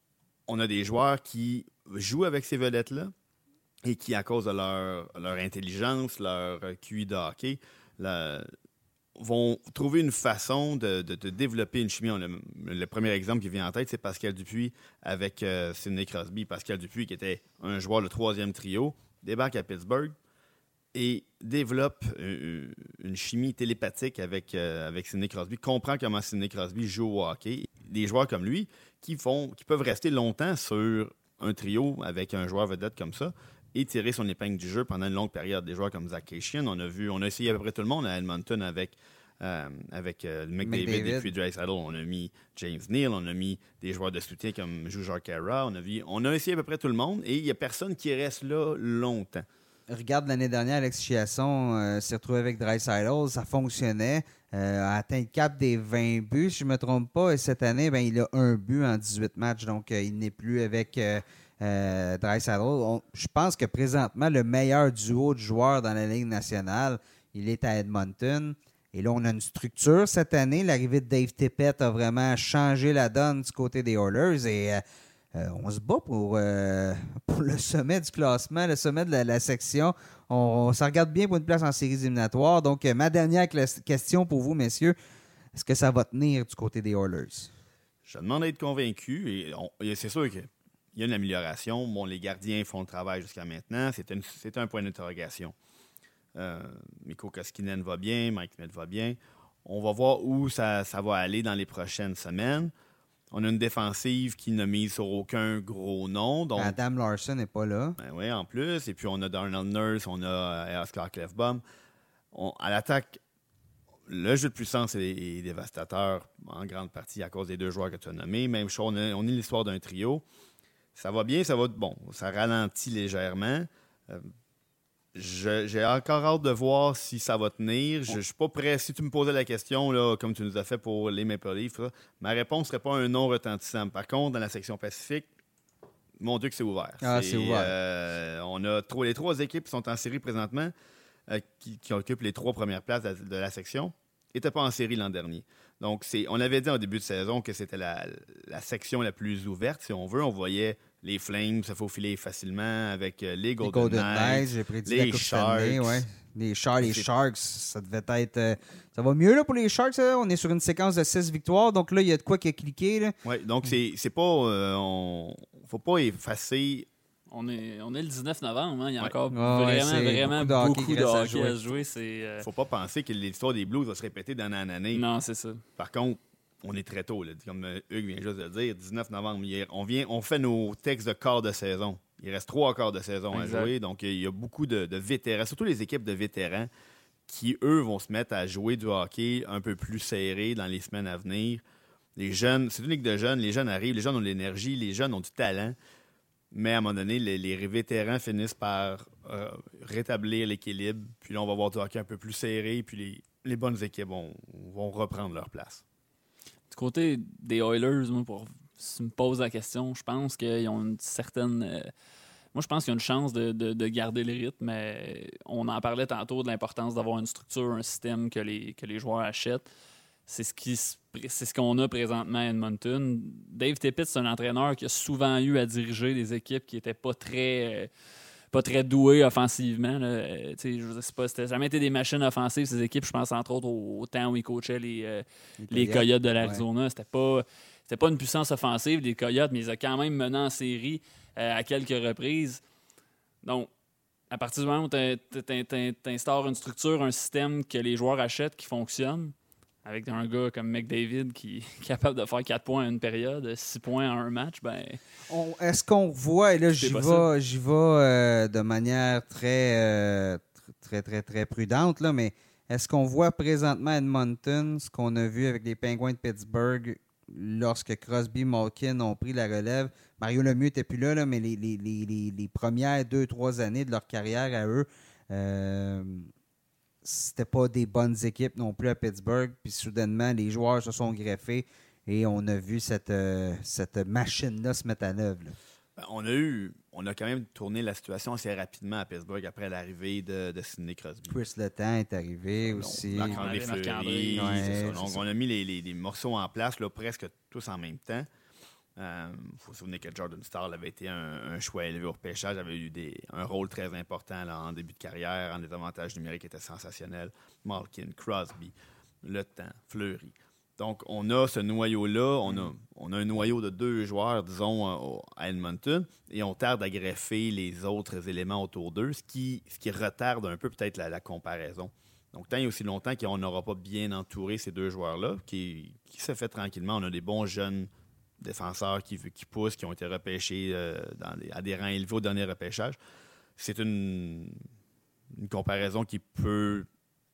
[SPEAKER 2] on a des joueurs qui jouent avec ces vedettes-là et qui, à cause de leur, leur intelligence, leur Q I de hockey, la, vont trouver une façon de, de, de développer une chimie. On a, le premier exemple qui vient en tête, c'est Pascal Dupuis avec euh, Sidney Crosby. Pascal Dupuis, qui était un joueur de troisième trio, débarque à Pittsburgh et développe une, une chimie télépathique avec, euh, avec Sidney Crosby, comprend comment Sidney Crosby joue au hockey. Des joueurs comme lui qui, font, qui peuvent rester longtemps sur un trio avec un joueur vedette comme ça et tirer son épingle du jeu pendant une longue période. Des joueurs comme Zach Cation, on a vu, on a essayé à peu près tout le monde à Edmonton avec, euh, avec euh, McDavid, McDavid et puis Draisaitl. On a mis James Neal, on a mis des joueurs de soutien comme Jujhar Khaira. On a, vu, on a essayé à peu près tout le monde et il n'y a personne qui reste là longtemps.
[SPEAKER 1] Regarde l'année dernière, Alex Chiasson euh, s'est retrouvé avec Draisaitl, ça fonctionnait, euh, a atteint le cap des vingt buts, si je ne me trompe pas, et cette année, ben, il a un but en dix-huit matchs, donc euh, il n'est plus avec euh, euh, Draisaitl. On, je pense que présentement, le meilleur duo de joueurs dans la Ligue nationale, il est à Edmonton. Et là, on a une structure cette année. L'arrivée de Dave Tippett a vraiment changé la donne du côté des Oilers et euh, Euh, on se bat pour, euh, pour le sommet du classement, le sommet de la, la section. On, on s'en regarde bien pour une place en séries éliminatoires. Donc, euh, ma dernière cl- question pour vous, messieurs, est-ce que ça va tenir du côté des Oilers?
[SPEAKER 2] Je demande à être convaincu. Et, on, et c'est sûr qu'il y a une amélioration. Bon, les gardiens font le travail jusqu'à maintenant. C'est, une, c'est un point d'interrogation. Euh, Mikko Koskinen va bien, Mike Smith va bien. On va voir où ça, ça va aller dans les prochaines semaines. On a une défensive qui n'a mise sur aucun gros nom. Donc,
[SPEAKER 1] Adam Larson n'est pas là.
[SPEAKER 2] Ben oui, en plus. Et puis, on a Darnell Nurse, on a euh, Oscar Klefbom. On, à l'attaque, le jeu de puissance est, est dévastateur, en grande partie à cause des deux joueurs que tu as nommés. Même chose, on, a, on est l'histoire d'un trio. Ça va bien, ça va... Bon, ça ralentit légèrement. Euh, Je, j'ai encore hâte de voir si ça va tenir. Je ne suis pas prêt. Si tu me posais la question, là, comme tu nous as fait pour les Maple Leafs, là, ma réponse ne serait pas un non retentissant. Par contre, dans la section Pacifique, mon Dieu que c'est ouvert.
[SPEAKER 1] Ah,
[SPEAKER 2] c'est,
[SPEAKER 1] c'est ouvert.
[SPEAKER 2] Euh, on a trois, les trois équipes qui sont en série présentement, euh, qui, qui occupent les trois premières places de la, de la section, n'étaient pas en série l'an dernier. Donc, c'est, on avait dit en début de saison que c'était la, la section la plus ouverte, si on veut. On voyait les Flames se faufiler facilement avec euh, les Golden,
[SPEAKER 1] les Golden
[SPEAKER 2] Knights,
[SPEAKER 1] Knights, j'ai prédit
[SPEAKER 2] les
[SPEAKER 1] la Coupe
[SPEAKER 2] Sharks.
[SPEAKER 1] Stanley, ouais. Les, Char- les
[SPEAKER 2] C'est...
[SPEAKER 1] Sharks, ça devait être... Euh, ça va mieux là, pour les Sharks. Là. On est sur une séquence de six victoires. Donc là, il y a de quoi qui a cliqué.
[SPEAKER 2] Oui, donc c'est, c'est pas... Euh, on faut pas effacer...
[SPEAKER 3] On est, on est le dix-neuf novembre, hein. Il y a
[SPEAKER 2] Ouais.
[SPEAKER 3] encore
[SPEAKER 1] Oh, ouais,
[SPEAKER 3] vraiment, vraiment
[SPEAKER 1] beaucoup de hockey
[SPEAKER 3] beaucoup de
[SPEAKER 1] qui reste à
[SPEAKER 3] hockey
[SPEAKER 1] jouer.
[SPEAKER 3] à se jouer. C'est, euh,
[SPEAKER 2] faut pas penser que l'histoire des Blues va se répéter d'année en année.
[SPEAKER 3] Non, c'est ça.
[SPEAKER 2] Par contre, on est très tôt, là, comme Hugues vient juste de le dire, dix-neuf novembre. On, vient, on fait nos textes de quart de saison. Il reste trois quarts de saison
[SPEAKER 3] exact.
[SPEAKER 2] à jouer. Donc, il y a beaucoup de, de vétérans, surtout les équipes de vétérans, qui, eux, vont se mettre à jouer du hockey un peu plus serré dans les semaines à venir. Les jeunes, c'est une ligue de jeunes. Les jeunes arrivent, les jeunes ont de l'énergie, les jeunes ont du talent. Mais à un moment donné, les, les vétérans finissent par euh, rétablir l'équilibre. Puis là, on va voir du hockey un peu plus serré. Puis les, les bonnes équipes vont, vont reprendre leur place.
[SPEAKER 3] Du côté des Oilers, moi, pour si tu me poses la question, je pense qu'ils ont une certaine... Euh, moi, je pense qu'il y a une chance de, de, de garder le rythme, mais on en parlait tantôt de l'importance d'avoir une structure, un système que les, que les joueurs achètent. C'est ce, qui, c'est ce qu'on a présentement à Edmonton. Dave Tippett, c'est un entraîneur qui a souvent eu à diriger des équipes qui n'étaient pas très... Euh, pas très doué offensivement. Là. Je veux dire, c'est pas, c'était jamais été des machines offensives, ces équipes. Je pense entre autres au, au temps où ils coachaient les, euh, les, les Coyotes de l'Arizona. Ouais. C'était pas, c'était pas une puissance offensive des Coyotes, mais ils ont quand même mené en série euh, à quelques reprises. Donc, à partir du moment où tu instaures une structure, un système que les joueurs achètent qui fonctionne, avec un gars comme McDavid qui est capable de faire quatre points à une période, six points en un match, ben...
[SPEAKER 1] On, est-ce qu'on voit, et là j'y vais, j'y vais euh, de manière très, euh, très, très, très prudente, là, mais est-ce qu'on voit présentement à Edmonton ce qu'on a vu avec les Penguins de Pittsburgh lorsque Crosby et Malkin ont pris la relève? Mario Lemieux n'était plus là, là mais les, les, les, les, les premières deux, trois années de leur carrière à eux... Euh, c'était pas des bonnes équipes non plus à Pittsburgh. Puis soudainement, les joueurs se sont greffés et on a vu cette, euh, cette machine-là se mettre à l'œuvre.
[SPEAKER 2] Ben, on a eu, on a quand même tourné la situation assez rapidement à Pittsburgh après l'arrivée de, de Sidney Crosby.
[SPEAKER 1] Chris Letang est arrivé
[SPEAKER 2] Donc,
[SPEAKER 1] aussi.
[SPEAKER 2] Marc-André Fleury,
[SPEAKER 1] ouais,
[SPEAKER 2] c'est ça. Donc,
[SPEAKER 1] c'est
[SPEAKER 2] on
[SPEAKER 1] ça.
[SPEAKER 2] a mis les, les, les morceaux en place là, presque tous en même temps. Il euh, faut se souvenir que Jordan Staal avait été un, un choix élevé au repêchage, avait eu des, un rôle très important là, en début de carrière, en désavantage numérique était sensationnel. Malkin, Crosby, Le Temps, Fleury. Donc, on a ce noyau-là, on a, on a un noyau de deux joueurs, disons, à Edmonton, et on tarde à greffer les autres éléments autour d'eux, ce qui, ce qui retarde un peu peut-être la, la comparaison. Donc, tant et aussi longtemps qu'on n'aura pas bien entouré ces deux joueurs-là, qui, qui se fait tranquillement, on a des bons jeunes défenseurs qui, qui poussent, qui ont été repêchés euh, dans des, à des rangs élevés au dernier repêchage. C'est une, une comparaison qui peut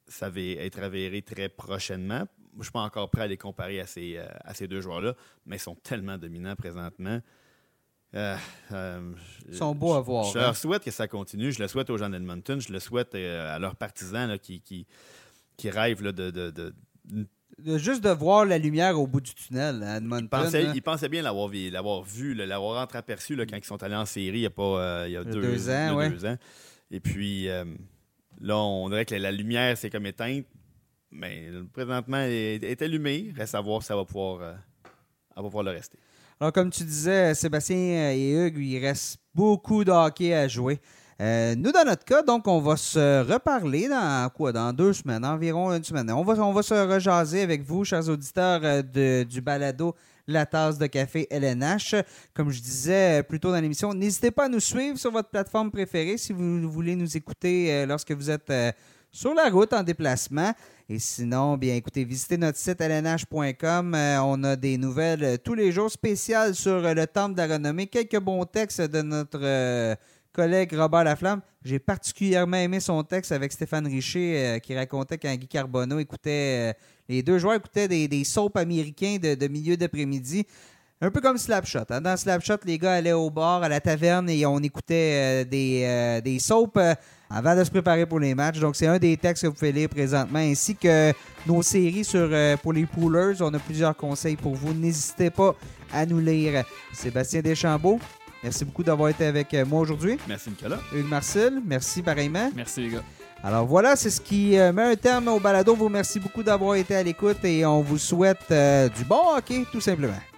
[SPEAKER 2] être avérée très prochainement. Je ne suis pas encore prêt à les comparer à ces, euh, à ces deux joueurs-là, mais ils sont tellement dominants présentement. Euh, euh,
[SPEAKER 1] ils sont beaux à voir.
[SPEAKER 2] Je
[SPEAKER 1] hein?
[SPEAKER 2] leur souhaite que ça continue. Je le souhaite aux gens d'Edmonton. Je le souhaite euh, à leurs partisans là, qui, qui, qui rêvent là, de... de, de
[SPEAKER 1] Juste de voir la lumière au bout du tunnel à Edmonton.
[SPEAKER 2] Ils pensaient, ils pensaient bien l'avoir, l'avoir vu, l'avoir entreaperçu là, quand ils sont allés en série il y a, pas, euh, il y a deux,
[SPEAKER 1] deux, ans,
[SPEAKER 2] deux,
[SPEAKER 1] ouais.
[SPEAKER 2] deux ans. Et puis euh, là, on dirait que la lumière s'est comme éteinte, mais présentement, elle est, est allumée. Reste à voir si ça va pouvoir, euh, elle va pouvoir le rester.
[SPEAKER 1] Alors, comme tu disais, Sébastien et Hugues, il reste beaucoup de hockey à jouer. Euh, nous, dans notre cas, donc, on va se reparler dans quoi? Dans deux semaines, environ une semaine. On va, on va se rejaser avec vous, chers auditeurs euh, de, du balado La Tasse de Café L N H. Comme je disais plus tôt dans l'émission, n'hésitez pas à nous suivre sur votre plateforme préférée si vous voulez nous écouter euh, lorsque vous êtes euh, sur la route en déplacement. Et sinon, bien écoutez, visitez notre site L N H point com. Euh, on a des nouvelles euh, tous les jours spéciales sur euh, le Temple de la Renommée. Quelques bons textes de notre... Euh, collègue Robert Laflamme. J'ai particulièrement aimé son texte avec Stéphane Richer euh, qui racontait quand Guy Carbonneau écoutait... Euh, les deux joueurs écoutaient des, des soaps américains de, de milieu d'après-midi. Un peu comme Slapshot. Hein. Dans Slapshot, les gars allaient au bar, à la taverne et on écoutait euh, des, euh, des soaps euh, avant de se préparer pour les matchs. Donc, c'est un des textes que vous pouvez lire présentement, ainsi que nos séries sur, euh, pour les poolers. On a plusieurs conseils pour vous. N'hésitez pas à nous lire. Sébastien Deschambault, merci beaucoup d'avoir été avec moi aujourd'hui.
[SPEAKER 2] Merci, Nicolas.
[SPEAKER 1] Hugues Marcil, merci pareillement.
[SPEAKER 3] Merci, les gars.
[SPEAKER 1] Alors voilà, c'est ce qui euh, met un terme au balado. Vous remercie beaucoup d'avoir été à l'écoute et on vous souhaite euh, du bon hockey, tout simplement.